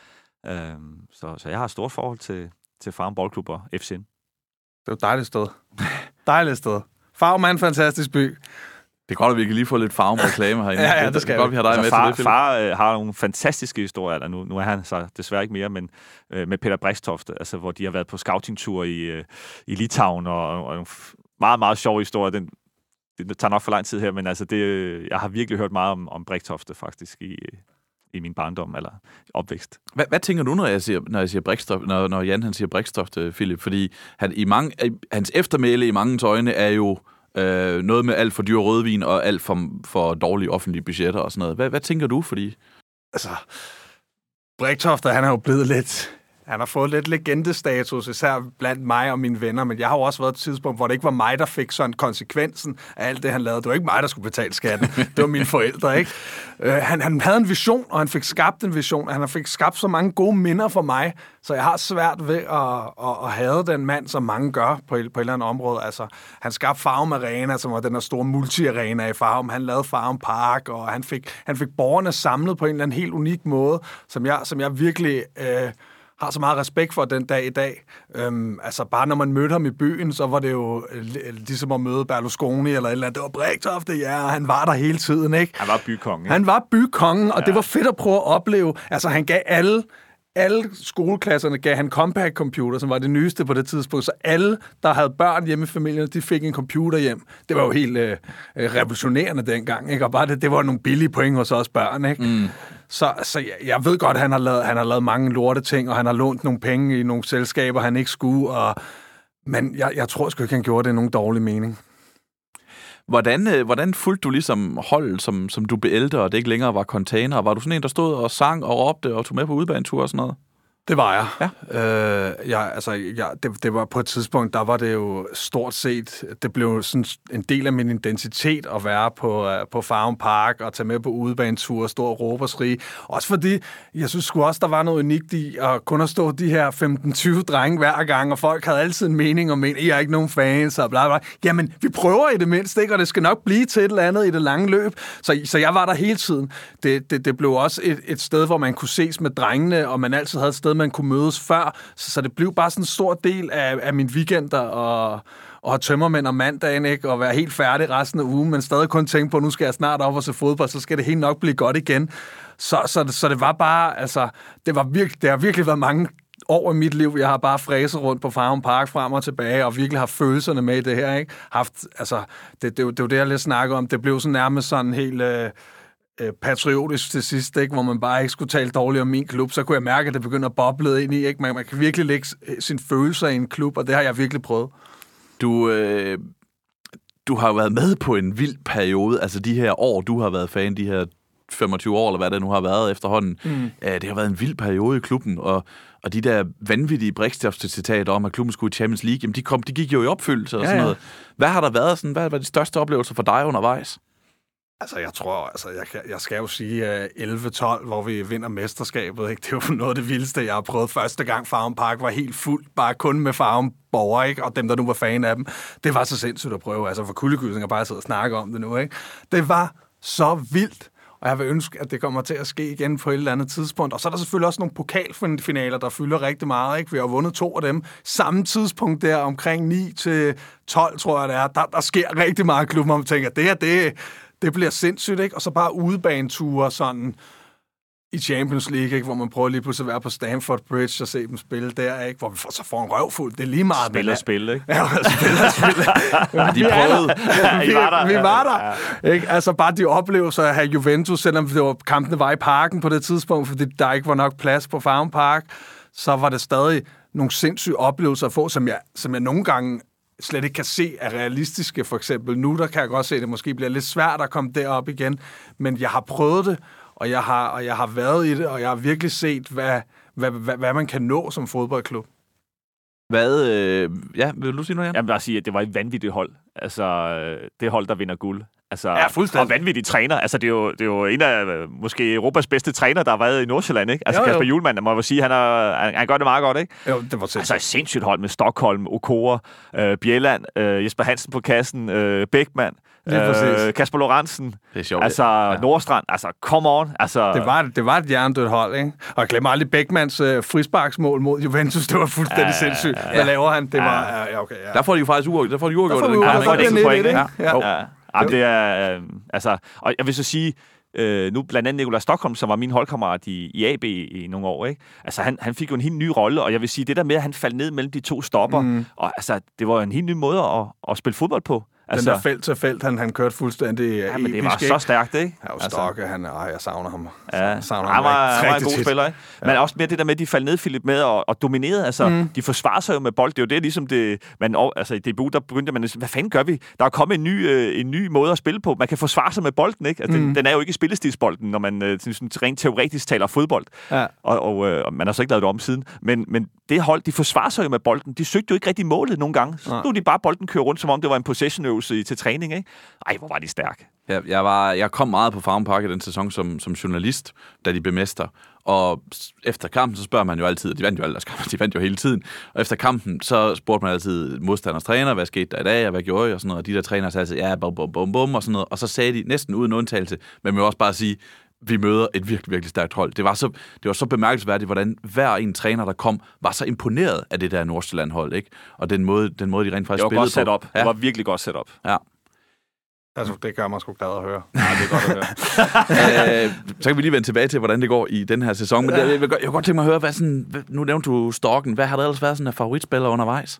Så jeg har et stort forhold til Farum Boldklub og FCN. Det er jo et dejligt sted. Dejligt sted. Farum er en fantastisk by. Det er godt, at vi kan lige få lidt Farum-reklame herinde. Ja, det skal godt, vi har dig med far, til det, Philip. Far har nogle fantastiske historier, der nu er han så desværre ikke mere, men med Peter Brixtofte, altså, hvor de har været på scouting-tur i Litauen, og en meget, meget sjov historie. Det tager nok for lang tid her, men altså jeg har virkelig hørt meget om Brixtofte faktisk i min barndom eller opvækst. Hvad tænker du, når jeg siger Brixtofte, når Jan han siger Brixtofte, Philip? Fordi hans eftermæle i mangens øjne er jo noget med alt for dyr rødvin og alt for dårlige offentlige budgetter og sådan noget. Hvad tænker du, fordi... Altså, Brixtofte, han er jo blevet lidt... Han har fået lidt legendestatus, især blandt mig og mine venner, men jeg har jo også været et tidspunkt, hvor det ikke var mig, der fik sådan konsekvensen af alt det, han lavede. Det var ikke mig, der skulle betale skatten. Det var mine forældre, ikke? Han havde en vision, og han fik skabt en vision. Han fik skabt så mange gode minder for mig, så jeg har svært ved at have den mand, som mange gør på et eller andet område. Altså, han skabte Farum Arena, som var den der store multi-arena i Farum. Han lavede Farum Park, og han fik borgerne samlet på en eller anden helt unik måde, som jeg virkelig... har så meget respekt for den dag i dag. Altså bare når man mødte ham i byen, så var det jo ligesom at møde Berlusconi eller et eller andet. Det var Brixtofte, ja, og han var der hele tiden, ikke? Han var bykongen. Han var bykongen, og det var fedt at prøve at opleve. Altså han gav alle skoleklasserne gav han Compaq computer, som var det nyeste på det tidspunkt. Så alle, der havde børn hjemme i familien, de fik en computer hjem. Det var jo helt revolutionerende dengang, ikke? Og bare det var nogle billige point hos os børn, ikke? Mm. Så jeg ved godt, at han har lavet mange lorte ting, og han har lånt nogle penge i nogle selskaber, han ikke skulle. Men jeg tror sgu ikke, han gjorde det i nogen dårlig mening. Hvordan fulgte du ligesom holdet, som du blev ældre, og det ikke længere var container? Var du sådan en, der stod og sang og råbte og tog med på udebanetur og sådan noget? Det var jeg. Ja. Det var på et tidspunkt, der var det jo stort set, det blev sådan en del af min identitet at være på Farum Park og tage med på udebanetur og stå og råbe og skrige. Også fordi, jeg synes sgu også, der var noget unikt i at kun at stå de her 15-20 drenge hver gang, og folk havde altid en mening om, at jeg er ikke nogen fans og bla bla. Jamen, vi prøver i det mindste, ikke? Og det skal nok blive til et eller andet i det lange løb. Så jeg var der hele tiden. Det blev også et sted, hvor man kunne ses med drengene, og man altid havde et sted, man kunne mødes før, så det blev bare sådan en stor del af mine weekender og have tømmermænd om mandagen, ikke? Og være helt færdig resten af ugen, men stadig kun tænke på, nu skal jeg snart op og se fodbold, så skal det helt nok blive godt igen. Så det var bare, altså, det har virkelig været mange år i mit liv. Jeg har bare fræset rundt på Farum Park frem og tilbage, og virkelig haft følelserne med i det her, ikke? Det er jo det, jeg lidt snakker om. Det blev sådan nærmest sådan helt... patriotisk til sidst, ikke? Hvor man bare ikke skulle tale dårligt om min klub, så kunne jeg mærke, at det begynder at boble ind i, ikke? Man kan virkelig lægge sine følelser i en klub, og det har jeg virkelig prøvet. Du har jo været med på en vild periode, altså de her år, du har været fan, de her 25 år, eller hvad det nu har været efterhånden. Det har været en vild periode i klubben, og de der vanvittige Brixtofte-citater om, at klubben skulle i Champions League, jamen de gik jo i opfyldelse og sådan noget. Hvad har der været sådan, hvad var de største oplevelser for dig undervejs? Altså, jeg tror, jeg skal jo sige 11-12, hvor vi vinder mesterskabet, ikke? Det er jo noget af det vildeste, jeg har prøvet. Første gang Farum Park var helt fuldt, bare kun med Farum-borgere, ikke? Og dem, der nu var fan af dem. Det var så sindssygt at prøve, altså for kuldegysninger bare sidde og snakke om det nu, ikke? Det var så vildt, og jeg vil ønske, at det kommer til at ske igen på et eller andet tidspunkt. Og så er der selvfølgelig også nogle pokalfinaler, der fylder rigtig meget, ikke? Vi har vundet 2 af dem. Samme tidspunkt der, omkring 9-12, tror jeg det er. Der sker rigtig meget i klubben, og man tænker, det bliver sindssygt, ikke? Og så bare udebaneture sådan i Champions League, ikke? Hvor man prøver lige pludselig at være på Stamford Bridge og se dem spille der, ikke? Hvor vi så får en røvfuld. Det er lige meget... Spil, ikke? Ja, spil. De prøvede. Vi var der. Ja. Ikke? Altså bare de oplevelser af Juventus, selvom kampene var i parken på det tidspunkt, fordi der ikke var nok plads på Farum Park, så var det stadig nogle sindssyge oplevelser at få, som jeg nogle gange slet ikke kan se er realistiske. For eksempel nu, der kan jeg godt se, at det måske bliver lidt svært at komme derop igen, men jeg har prøvet det, og jeg har været i det, og jeg har virkelig set, hvad man kan nå som fodboldklub. Vil du sige noget, Jan? Jeg vil bare sige, at det var et vanvittigt hold. Altså, det hold, der vinder guld. Altså, ja, fuldstændig. Og vanvittig træner. Altså, det er jo en af måske Europas bedste træner, der har været i Nordsjælland, ikke? Altså, Kasper Hjulmand, der må jeg sige, han gør det meget godt, ikke? Jo, det var sindssygt. Altså, et sindssygt hold med Stockholm, Okora, Bjelland, Jesper Hansen på kassen, Bækman, Kasper Lorentzen, altså Nordstrand, altså, come on. Altså, det var et jerndødt hold, ikke? Og jeg glemmer aldrig Bækmans frisparksmål mod Juventus, det var fuldstændig sindssygt. Hvad laver han? Det var, okay. Der får de jo faktisk uafgjort. Der får de uafgjort. Der får de ekstra point, ikke? Ja. Ja, det er, altså, og jeg vil så sige, nu blandt andet Nikolaj Stockholm, som var min holdkammerat i AB i nogle år, ikke? Altså, han fik jo en helt ny rolle, og jeg vil sige, det der med, at han faldt ned mellem de to stopper, og altså, det var en helt ny måde at spille fodbold på. Altså, den der felt til felt, han kørte fuldstændig ja, men det var så stærkt, ikke? Ja, og Stokke, jeg savner ham. Ja, han var en god spiller, ikke? Ja. Men også mere det der med, at de faldt ned, Philip, med og dominerede. Altså, de forsvarer sig jo med bold. Det er jo det, ligesom altså i DBU, der begyndte man, hvad fanden gør vi? Der er kommet en ny måde at spille på. Man kan forsvare sig med bolden, ikke? Altså, den er jo ikke spillestilsbolden, når man rent teoretisk taler fodbold. Ja. Og man har så ikke lavet det om siden. Men det hold, de forsvarer sig jo med bolden. De søgte jo ikke rigtig målet nogle gange. Så nu de bare bolden køre rundt, som om det var en possession-øvelse til træning, ikke? Ej, hvor var de stærke. Jeg kom meget på Farum Park i den sæson som journalist, da de blev mester. Og efter kampen, så spørger man jo altid, de vandt jo alle deres kampe, de vandt jo hele tiden. Og efter kampen, så spurgte man altid modstanders træner, hvad skete der i dag, og hvad gjorde I, og sådan noget. Og de der trænere sagde altid, ja, bum, bum, bum, bum, og sådan noget. Og så sagde de næsten uden undtagelse, men man må også bare sige, vi møder et virkelig, virkelig stærkt hold. Det var så bemærkelsesværdigt, hvordan hver en træner, der kom, var så imponeret af det der Nordsjælland-hold, ikke? Og den måde, de rent faktisk spillede på. Det var godt sat op. Ja. Det var virkelig godt sat op. Ja. Altså, det gør mig sgu glad at høre. Ja, det er godt at høre. Så kan vi lige vende tilbage til, hvordan det går i den her sæson. Men jeg vil godt tænke mig at høre, nu nævnte du Storken. Hvad har der ellers været sådan af favoritspiller undervejs?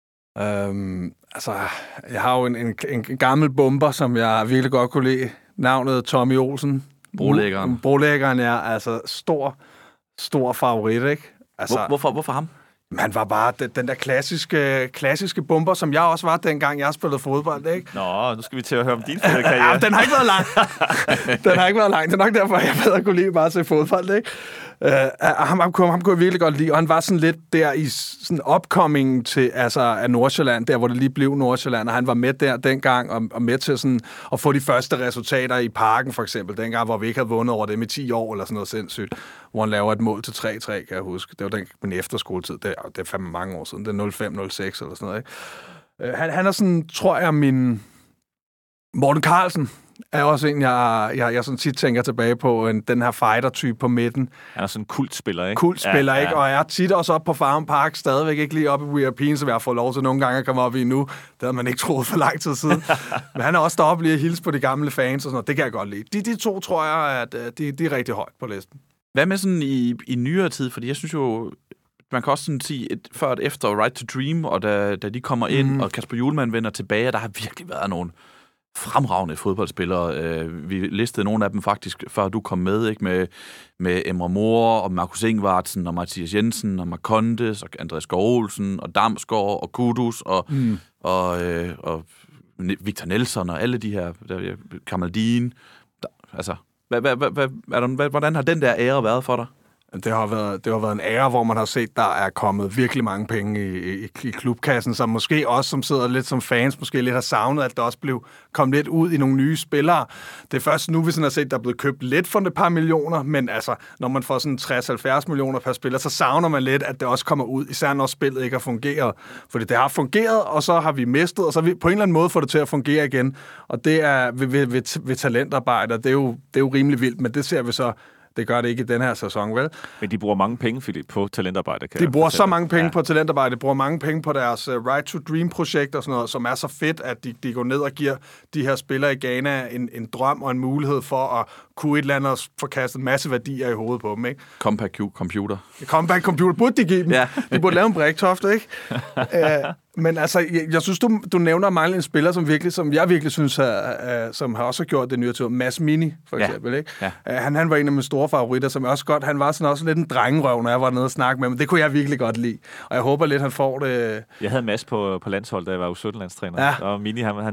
Altså, jeg har jo en gammel bomber, som jeg virkelig godt kunne lide. Navnet Tommy Olsen. Brolæggeren. Brolæggeren, ja. Altså, stor favorit, ikke? Altså, hvorfor ham? Han var bare den der klassiske bomber, som jeg også var, dengang jeg spillede fodbold, ikke? Nå, nu skal vi til at høre om din karriere. Ja, den har ikke været lang. Det er nok derfor, jeg bedre kunne lide bare at se fodbold, ikke? Ham kunne jeg virkelig godt lide, og han var sådan lidt der i sådan opkomingen til, altså af Nordsjælland, der hvor det lige blev Nordsjælland, og han var med der dengang, og med til sådan at få de første resultater i Parken, for eksempel, dengang, hvor vi ikke havde vundet over dem i 10 år, eller sådan noget sindssygt, hvor han laver et mål til 3-3, kan jeg huske. Det var min efterskoletid, det er fandme mange år siden, det er 05-06 eller sådan noget, ikke? Han er sådan, tror jeg, min Morten Carlsen, er også en, jeg sådan tit tænker tilbage på, den her fighter-type på midten. Han er sådan en kultspiller, ikke? Kultspiller, ikke? Og jeg er tit også oppe på Farum Park, stadigvæk ikke lige oppe i We Are Peen, som jeg har fået lov til nogle gange at komme op i nu. Det havde man ikke troet for lang tid siden. Men han er også deroppe lige at hilse på de gamle fans og sådan noget. Det kan jeg godt lide. De to tror jeg, at de er rigtig højt på listen. Hvad med sådan i nyere tid? Fordi jeg synes jo, man kan også sådan sige, før og efter Right to Dream, og da de kommer ind, og Kasper Hjulmand vender tilbage, der har virkelig været nogle fremragende fodboldspillere. Vi listede nogle af dem faktisk, før du kom med, ikke? Med Emre Mor, og Markus Ingvartsen, og Mathias Jensen, og Marcondes, og Andreas Skov Olsen, og Damsgaard, og Kudus, og Victor Nelson, og alle de her, Kamaldin. Altså, hvordan har den der ære været for dig? Det har været en ære, hvor man har set, der er kommet virkelig mange penge i klubkassen, som måske også, som sidder lidt som fans, måske lidt har savnet, at der også blev kommet lidt ud i nogle nye spillere. Det er først nu, vi sådan har set, der er blevet købt lidt for et par millioner, men altså, når man får sådan 60-70 millioner per spiller, så savner man lidt, at det også kommer ud, især når spillet ikke har fungeret. Fordi det har fungeret, og så har vi mistet, og så har vi på en eller anden måde fået det til at fungere igen. Og det er ved talentarbejde, det er jo rimelig vildt, men det ser vi så. Det gør det ikke i den her sæson, vel? Men de bruger mange penge, Philip, på talentarbejde. De bruger så mange penge på talentarbejde. De bruger mange penge på deres Right to Dream-projekt og sådan noget, som er så fedt, at de går ned og giver de her spillere i Ghana en drøm og en mulighed for at kunne et eller andet få kastet en masse værdier i hovedet på dem, ikke? Compact computer. Compact computer burde de give dem. Ja. De burde lave en Briktoft, ikke? Men altså, jeg synes, du nævner mange en spiller, som jeg virkelig synes, som har også gjort det nye til. Mads Mini, for eksempel, ikke? Ja. Han var en af mine store favoritter, som også godt, han var sådan også lidt en drengerøv, når jeg var nede og snakke med ham. Det kunne jeg virkelig godt lide. Og jeg håber lidt, han får det. Jeg havde Mads på landshold, da jeg var U17-landstræner. Ja. Og Mini, ham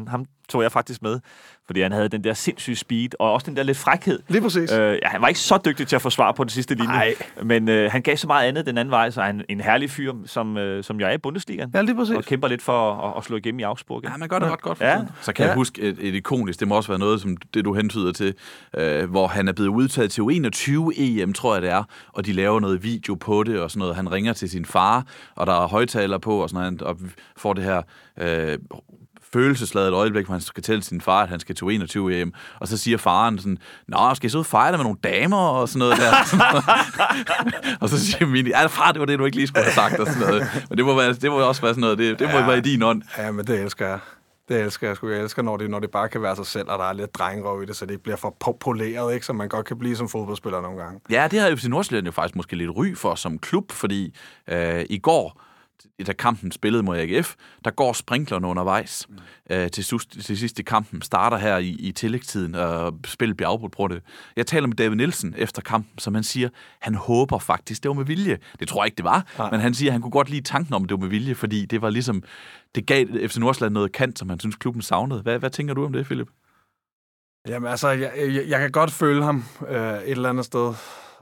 tog jeg faktisk med, fordi han havde den der sindssyge speed, og også den der lidt frækhed. Lige præcis. Han var ikke så dygtig til at forsvare på den sidste linje, men han gav så meget andet den anden vej, så han en herlig fyr, som jeg er i Bundesligaen, ja, lige præcis. og kæmper lidt for at slå igennem i Augsburg. Ja, man gør det ret godt for tiden. Så kan jeg huske et ikonisk, det må også være noget, som det du hentyder til, hvor han er blevet udtaget til U21 EM, tror jeg det er, og de laver noget video på det og sådan noget. Han ringer til sin far, og der er højtaler på, og sådan noget, og får det her følelsesladet øjeblik, hvor han skal tælle sin far, at han skal til U21 EM, og så siger faren sådan, nå, skal jeg så ud og fejre med nogle damer, og sådan noget der. Og så siger Mini, ja, far, det var det, du ikke lige skulle have sagt, og sådan noget. Men det må også være sådan noget, det må være i din ånd. Ja, men det elsker jeg. Det elsker jeg sgu. Jeg elsker, når det bare kan være sig selv, og der er lidt drengerøv i det, så det ikke bliver for poleret, ikke? Som man godt kan blive som fodboldspiller nogle gange. Ja, det har FC Nordsjælland jo faktisk måske lidt ry for som klub, fordi i går, da kampen spillede mod AGF, der går sprinklerne undervejs. Til sidst i kampen starter her i tillægstiden, og spillet bliver afbrudt på det. Jeg taler med David Nielsen efter kampen, som han siger, han håber faktisk, det var med vilje. Det tror jeg ikke, det var, men han siger, han kunne godt lide tanken om, det var med vilje, fordi det var ligesom, det gav FC Nordsjælland noget kant, som han synes, klubben savnede. Hvad tænker du om det, Philip? Jamen altså, jeg kan godt føle ham et eller andet sted.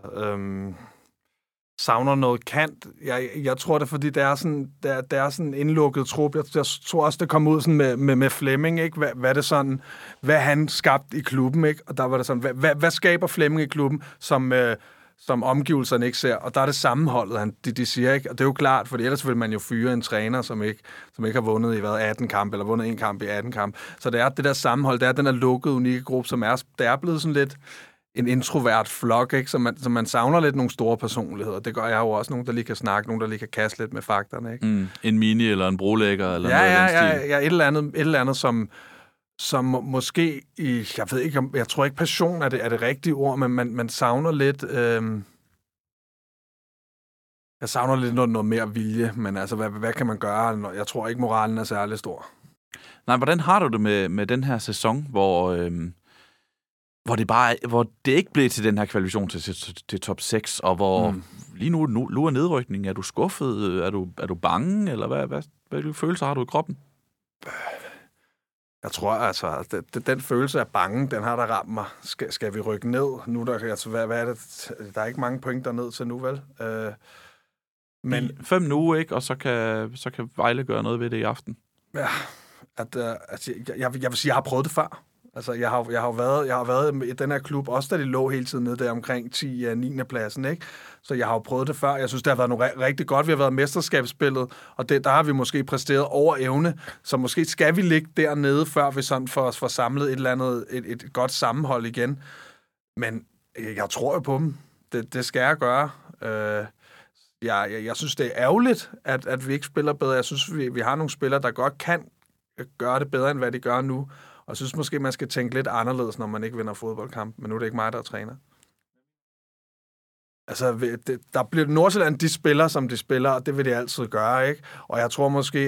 Savner noget kant. Jeg tror det, fordi det er sådan en indlukket trup. Jeg tror også, det kom ud sådan med Flemming, ikke? Hvad det sådan, hvad han skabte i klubben, ikke? Og der var det sådan, hvad skaber Flemming i klubben, som omgivelserne ikke ser? Og der er det sammenholdet, de siger, ikke? Og det er jo klart, for ellers vil man jo fyre en træner, som ikke har vundet i 18 kampe, eller vundet en kamp i 18 kamp. Så det er det der sammenhold, det er den der lukkede, unikke gruppe, som det er blevet sådan lidt en introvert flok, ikke? Så man savner lidt nogle store personligheder. Det gør jeg jo også. Nogen, der lige kan snakke, nogen, der lige kan kaste lidt med fakterne, ikke? En mini eller en brolægger eller noget af den stil. Ja, et eller andet som måske jeg ved ikke, jeg tror ikke passion er det rigtige ord, men man savner lidt jeg savner lidt noget mere vilje, men altså, hvad kan man gøre? Jeg tror ikke, moralen er særlig stor. Nej, hvordan har du det med den her sæson, hvor det ikke blev til den her kvalifikation til top 6, og hvor lige nu er nedrykningen. Er du skuffet? Er du bange? Eller hvad følelser har du i kroppen? Jeg tror altså, den følelse af bange, den har der ramt mig. Skal vi rykke ned? Nu hvad er det? Der er ikke mange point derned til nu, vel? Men 5 nu, ikke? Og så kan Vejle gøre noget ved det i aften. Ja, jeg vil sige, jeg har prøvet det før. Altså, jeg har været i den her klub, også da de lå hele tiden nede der omkring 10. 9. pladsen, ikke? Så jeg har jo prøvet det før. Jeg synes, det har været noget rigtig godt. Vi har været mesterskabsspillet, og der har vi måske præsteret over evne. Så måske skal vi ligge dernede, før vi sådan får samlet et eller andet, et godt sammenhold igen. Men jeg tror jo på dem. Det skal jeg gøre. Jeg synes, det er ærgerligt, at vi ikke spiller bedre. Jeg synes, vi har nogle spillere, der godt kan gøre det bedre, end hvad de gør nu. Og jeg synes måske, man skal tænke lidt anderledes, når man ikke vinder fodboldkamp. Men nu er det ikke mig, der er træner. Altså, der bliver Nordsjælland, de spiller, som de spiller, og det vil de altid gøre, ikke? Og jeg tror måske,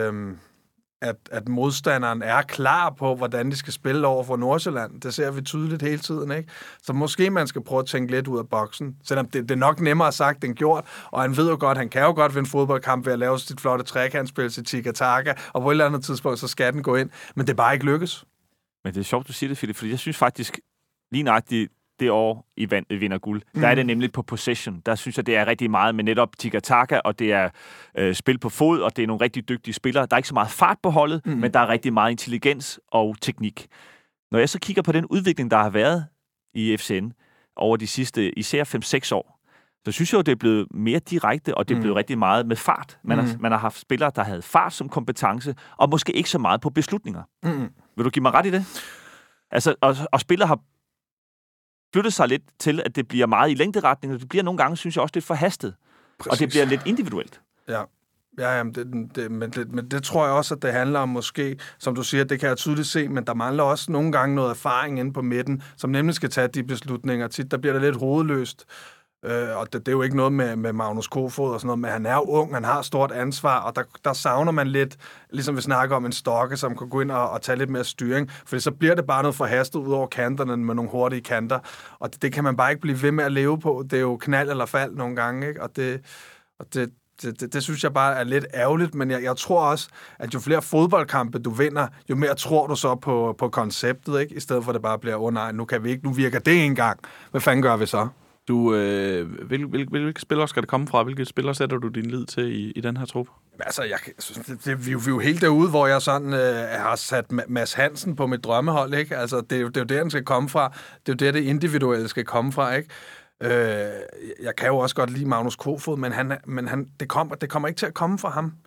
at modstanderen er klar på, hvordan de skal spille over for Nordsjælland. Det ser vi tydeligt hele tiden, ikke? Så måske man skal prøve at tænke lidt ud af boksen. Selvom det er nok nemmere sagt end gjort, og han ved jo godt, han kan jo godt vinde fodboldkamp ved at lave sit flotte trekantspil til tiki-taka, og på et eller andet tidspunkt, så skal den gå ind. Men det er bare ikke lykkes. Men det er sjovt, du siger det, Philip, fordi jeg synes faktisk, lige nøjagtigt det år, I vinder guld, der er det nemlig på possession. Der synes jeg, det er rigtig meget med netop tiki-taka, og det er spil på fod, og det er nogle rigtig dygtige spillere. Der er ikke så meget fart på holdet, men der er rigtig meget intelligens og teknik. Når jeg så kigger på den udvikling, der har været i FCN over de sidste, især 5-6 år, så synes jeg jo, det er blevet mere direkte, og det er blevet rigtig meget med fart. Man har haft spillere, der havde fart som kompetence, og måske ikke så meget på beslutninger. Vil du give mig ret i det? Altså, og spillere har flyttet sig lidt til, at det bliver meget i længderetning, og det bliver nogle gange, synes jeg også, lidt forhastet. Præcis. Og det bliver lidt individuelt. Ja, men det tror jeg også, at det handler om måske, som du siger, det kan jeg tydeligt se, men der mangler også nogle gange noget erfaring inde på midten, som nemlig skal tage de beslutninger. Tit, der bliver det lidt hovedløst. Og det er jo ikke noget med Magnus Kofod og sådan noget, men han er jo ung, han har stort ansvar, og der savner man lidt, ligesom vi snakker om en Stokke, som kan gå ind og tage lidt mere styring, for så bliver det bare noget forhastet ud over kanterne med nogle hurtige kanter, og det kan man bare ikke blive ved med at leve på. Det er jo knald eller fald nogle gange, ikke? Og det synes jeg bare er lidt ærgerligt, men jeg tror også, at jo flere fodboldkampe du vinder, jo mere tror du så på konceptet, ikke? I stedet for at det bare bliver, nej, nu kan vi ikke, nu virker det engang. Hvad fanden gør vi så? Hvilke spillere skal det komme fra? Hvilke spillere sætter du din lid til i den her trup? Altså, vi er jo helt derude, hvor jeg sådan har sat Mads Hansen på mit drømmehold, ikke? Altså, det er jo der, den skal komme fra. Det er jo der, det individuelle skal komme fra, ikke? Jeg kan jo også godt lide Magnus Kofod, men det kommer ikke til at komme fra ham.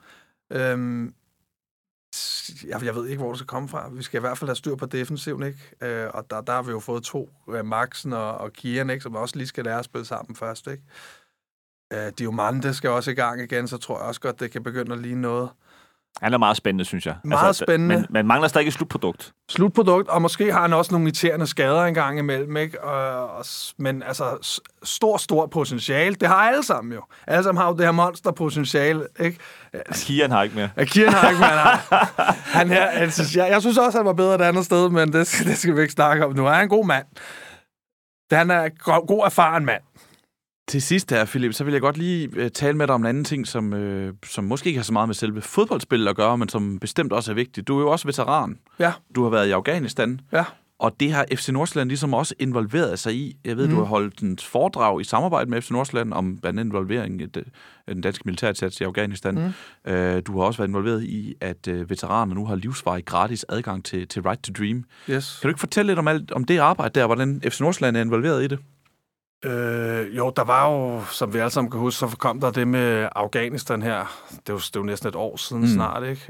Jeg ved ikke, hvor det skal komme fra. Vi skal i hvert fald have styr på defensiven, ikke? Og der har vi jo fået 2, Maxen og Kian, ikke? Som også lige skal lære at spille sammen først, ikke? Diomande skal også i gang igen, så tror jeg også godt, det kan begynde at ligne noget. Han er meget spændende, synes jeg. Meget spændende. Men mangler stadig et slutprodukt. Slutprodukt, og måske har han også nogle irriterende skader en gang imellem, ikke? Men altså, stor potentiale. Det har alle sammen jo. Alle sammen har jo det her monsterpotentiale, ikke? Kian har ikke mere. Kian har ikke mere, jeg synes også, han var bedre et andet sted, men det skal vi ikke snakke om nu. Han er en god mand. Han er en god erfaren mand. Til sidst her, Philip, så vil jeg godt lige tale med dig om en anden ting, som måske ikke har så meget med selve fodboldspillet at gøre, men som bestemt også er vigtigt. Du er jo også veteran. Ja. Du har været i Afghanistan. Ja. Og det har FC Nordsjælland ligesom også involveret sig i. Jeg ved, du har holdt en foredrag i samarbejde med FC Nordsjælland om blandt andet involvering i den danske militærindsats i Afghanistan. Du har også været involveret i, at veteraner nu har livsvarig gratis adgang til Right to Dream. Yes. Kan du ikke fortælle lidt om det arbejde der, hvordan FC Nordsjælland er involveret i det? Jo, der var jo, som vi alle sammen kan huske, så kom der det med Afghanistan her. Det er jo næsten et år siden snart, ikke?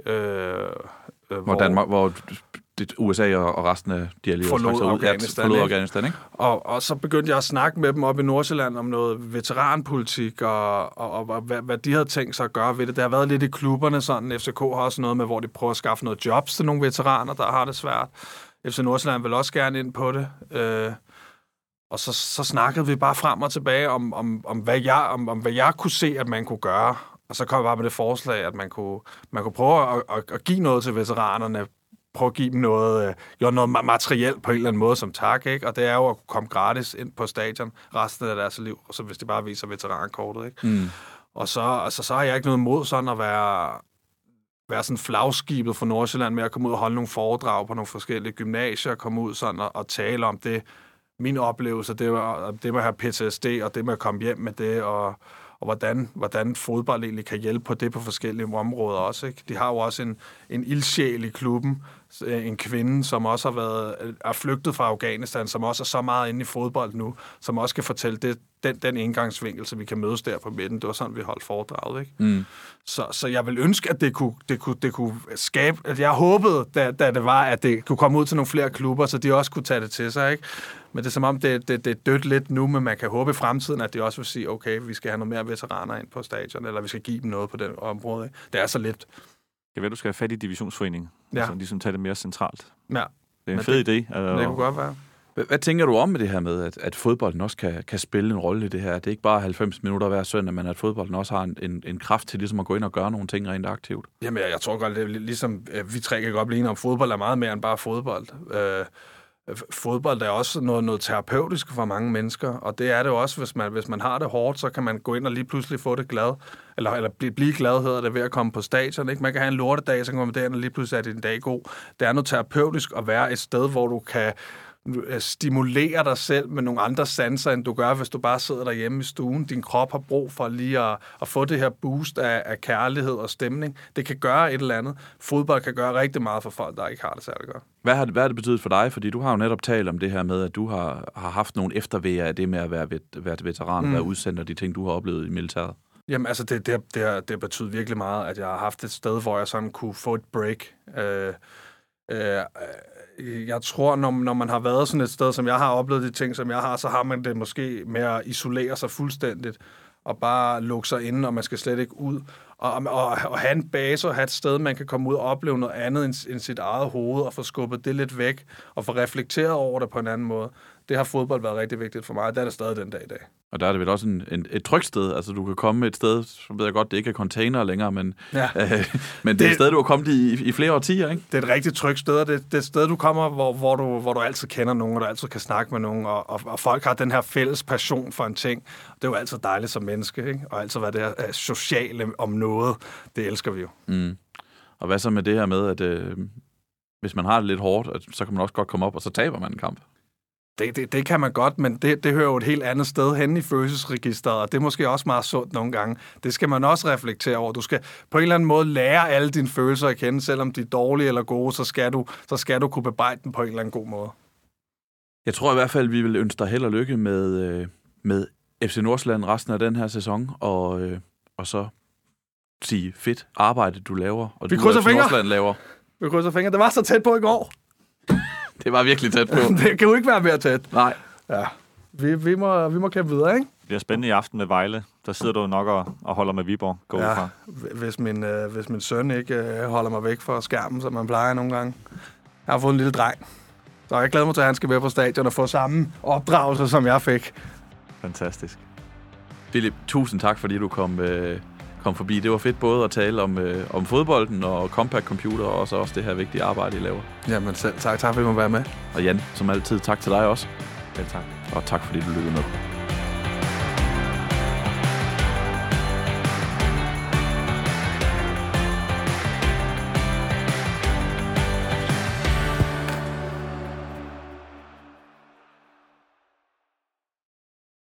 Hvor USA og resten af de allierede forlod Afghanistan, ikke? Og så begyndte jeg at snakke med dem op i Nordsjælland om noget veteranpolitik, og hvad de havde tænkt sig at gøre ved det. Det har været lidt i klubberne, sådan FCK har også noget med, hvor de prøver at skaffe noget jobs til nogle veteraner, der har det svært. FC Nordsjælland vil også gerne ind på det. Og så snakkede vi bare frem og tilbage om hvad jeg kunne se, at man kunne gøre. Og så kom jeg bare med det forslag, at man kunne prøve at give noget til veteranerne. Prøve at give dem noget materielt på en eller anden måde som tak, ikke? Og det er jo at komme gratis ind på stadion resten af deres liv, og så hvis de bare viser veterankortet, ikke? Og så har jeg ikke noget imod sådan at være sådan flagskibet for Nordsjælland med at komme ud og holde nogle foredrag på nogle forskellige gymnasier, komme ud sådan og tale om det. Min oplevelse, det med at have PTSD, og det med at komme hjem med det, og hvordan fodbold egentlig kan hjælpe på det på forskellige områder også, ikke? De har jo også en ildsjæl i klubben, en kvinde, som også er flygtet fra Afghanistan, som også er så meget inde i fodbold nu, som også kan fortælle den indgangsvinkel, så vi kan mødes der på midten. Det var sådan, vi holdt foredraget, ikke? Så jeg vil ønske, at det kunne skabe... At jeg håbede, da det var, at det kunne komme ud til nogle flere klubber, så de også kunne tage det til sig, ikke? Men det er som om, det er dødt lidt nu, men man kan håbe i fremtiden, at de også vil sige, okay, vi skal have noget mere veteraner ind på stadion, eller vi skal give dem noget på det område, ikke? Det er så lidt. Jeg ved, du skal have fat i divisionsforeningen, så ligesom tage det mere centralt. Ja. Det er en fed idé. Det kunne godt være. Hvad tænker du om med det her med, at fodbolden også kan spille en rolle i det her? Det er ikke bare 90 minutter hver søndag, men at fodbolden også har en kraft til ligesom at gå ind og gøre nogle ting rent aktivt. Jamen, jeg tror godt, det er ligesom vi tre kan godt blive enige om, fodbold er meget mere end bare fodbold. Fodbold er også noget terapeutisk for mange mennesker, og det er det også, hvis man har det hårdt, så kan man gå ind og lige pludselig få det glad, eller blive glad, hedder det, ved at komme på stadion, ikke? Man kan have en lortedag, så kommer man derind, og lige pludselig er din dag god. Det er noget terapeutisk at være et sted, hvor du kan stimulere dig selv med nogle andre sanser, end du gør, hvis du bare sidder derhjemme i stuen. Din krop har brug for lige at få det her boost af kærlighed og stemning. Det kan gøre et eller andet. Fodbold kan gøre rigtig meget for folk, der ikke har det særligt godt. Hvad har det betydet for dig? Fordi du har jo netop talt om det her med, at du har haft nogle eftervejer af det med at være veteran og være udsendt og de ting, du har oplevet i militæret. Jamen, altså, det betyder virkelig meget, at jeg har haft et sted, hvor jeg sådan kunne få et break. Jeg tror, når man har været sådan et sted, som jeg har oplevet de ting, som jeg har, så har man det måske med at isolere sig fuldstændigt og bare lukke sig inde, og man skal slet ikke ud. Og have en base og have et sted, man kan komme ud og opleve noget andet end sit eget hoved, og få skubbet det lidt væk, og få reflekteret over det på en anden måde. Det har fodbold været rigtig vigtigt for mig, det er det stadig den dag i dag. Og der er det vel også et trygt sted, altså du kan komme et sted, så ved jeg godt, det ikke er container længere, men, men det er et sted, du har kommet i flere årtier, ikke? Det er et rigtig trygt sted, og det er et sted, du kommer, hvor du altid kender nogen, og du altid kan snakke med nogen, og folk har den her fælles passion for en ting. Det er jo altid dejligt som menneske, ikke? Og altid være det her sociale om noget, det elsker vi jo. Mm. Og hvad så med det her med, at hvis man har det lidt hårdt, så kan man også godt komme op, og så taber man en kamp? Det kan man godt, men det hører jo et helt andet sted hen i følelsesregisteret, og det er måske også meget sundt nogle gange. Det skal man også reflektere over. Du skal på en eller anden måde lære alle dine følelser at kende, selvom de er dårlige eller gode, så skal du kunne bebrejde dem på en eller anden god måde. Jeg tror i hvert fald, vi vil ønske dig held og lykke med FC Nordsjælland resten af den her sæson, og så sige fedt arbejde, du laver, og vi krydser fingre. Nordsjælland laver. Vi krydser fingre. Det var så tæt på i går. Det var virkelig tæt på. Det kan jo ikke være mere tæt. Nej. Ja. Vi må kæmpe videre, ikke? Det bliver spændende i aften med Vejle. Der sidder du nok og holder med Viborg. Gå ud fra. Hvis min søn ikke holder mig væk fra skærmen, som man plejer nogle gange. Jeg har fået en lille dreng. Så jeg glæder mig til, at han skal være på stadion og få samme opdragelse, som jeg fik. Fantastisk. Philip, tusind tak, fordi du kom forbi. Det var fedt både at tale om fodbolden og Compact Computer, og også det her vigtige arbejde, I laver. Jamen selv tak, fordi du må være med. Og Jan, som altid, tak til dig også. Ja, tak. Og tak fordi du lyttede med.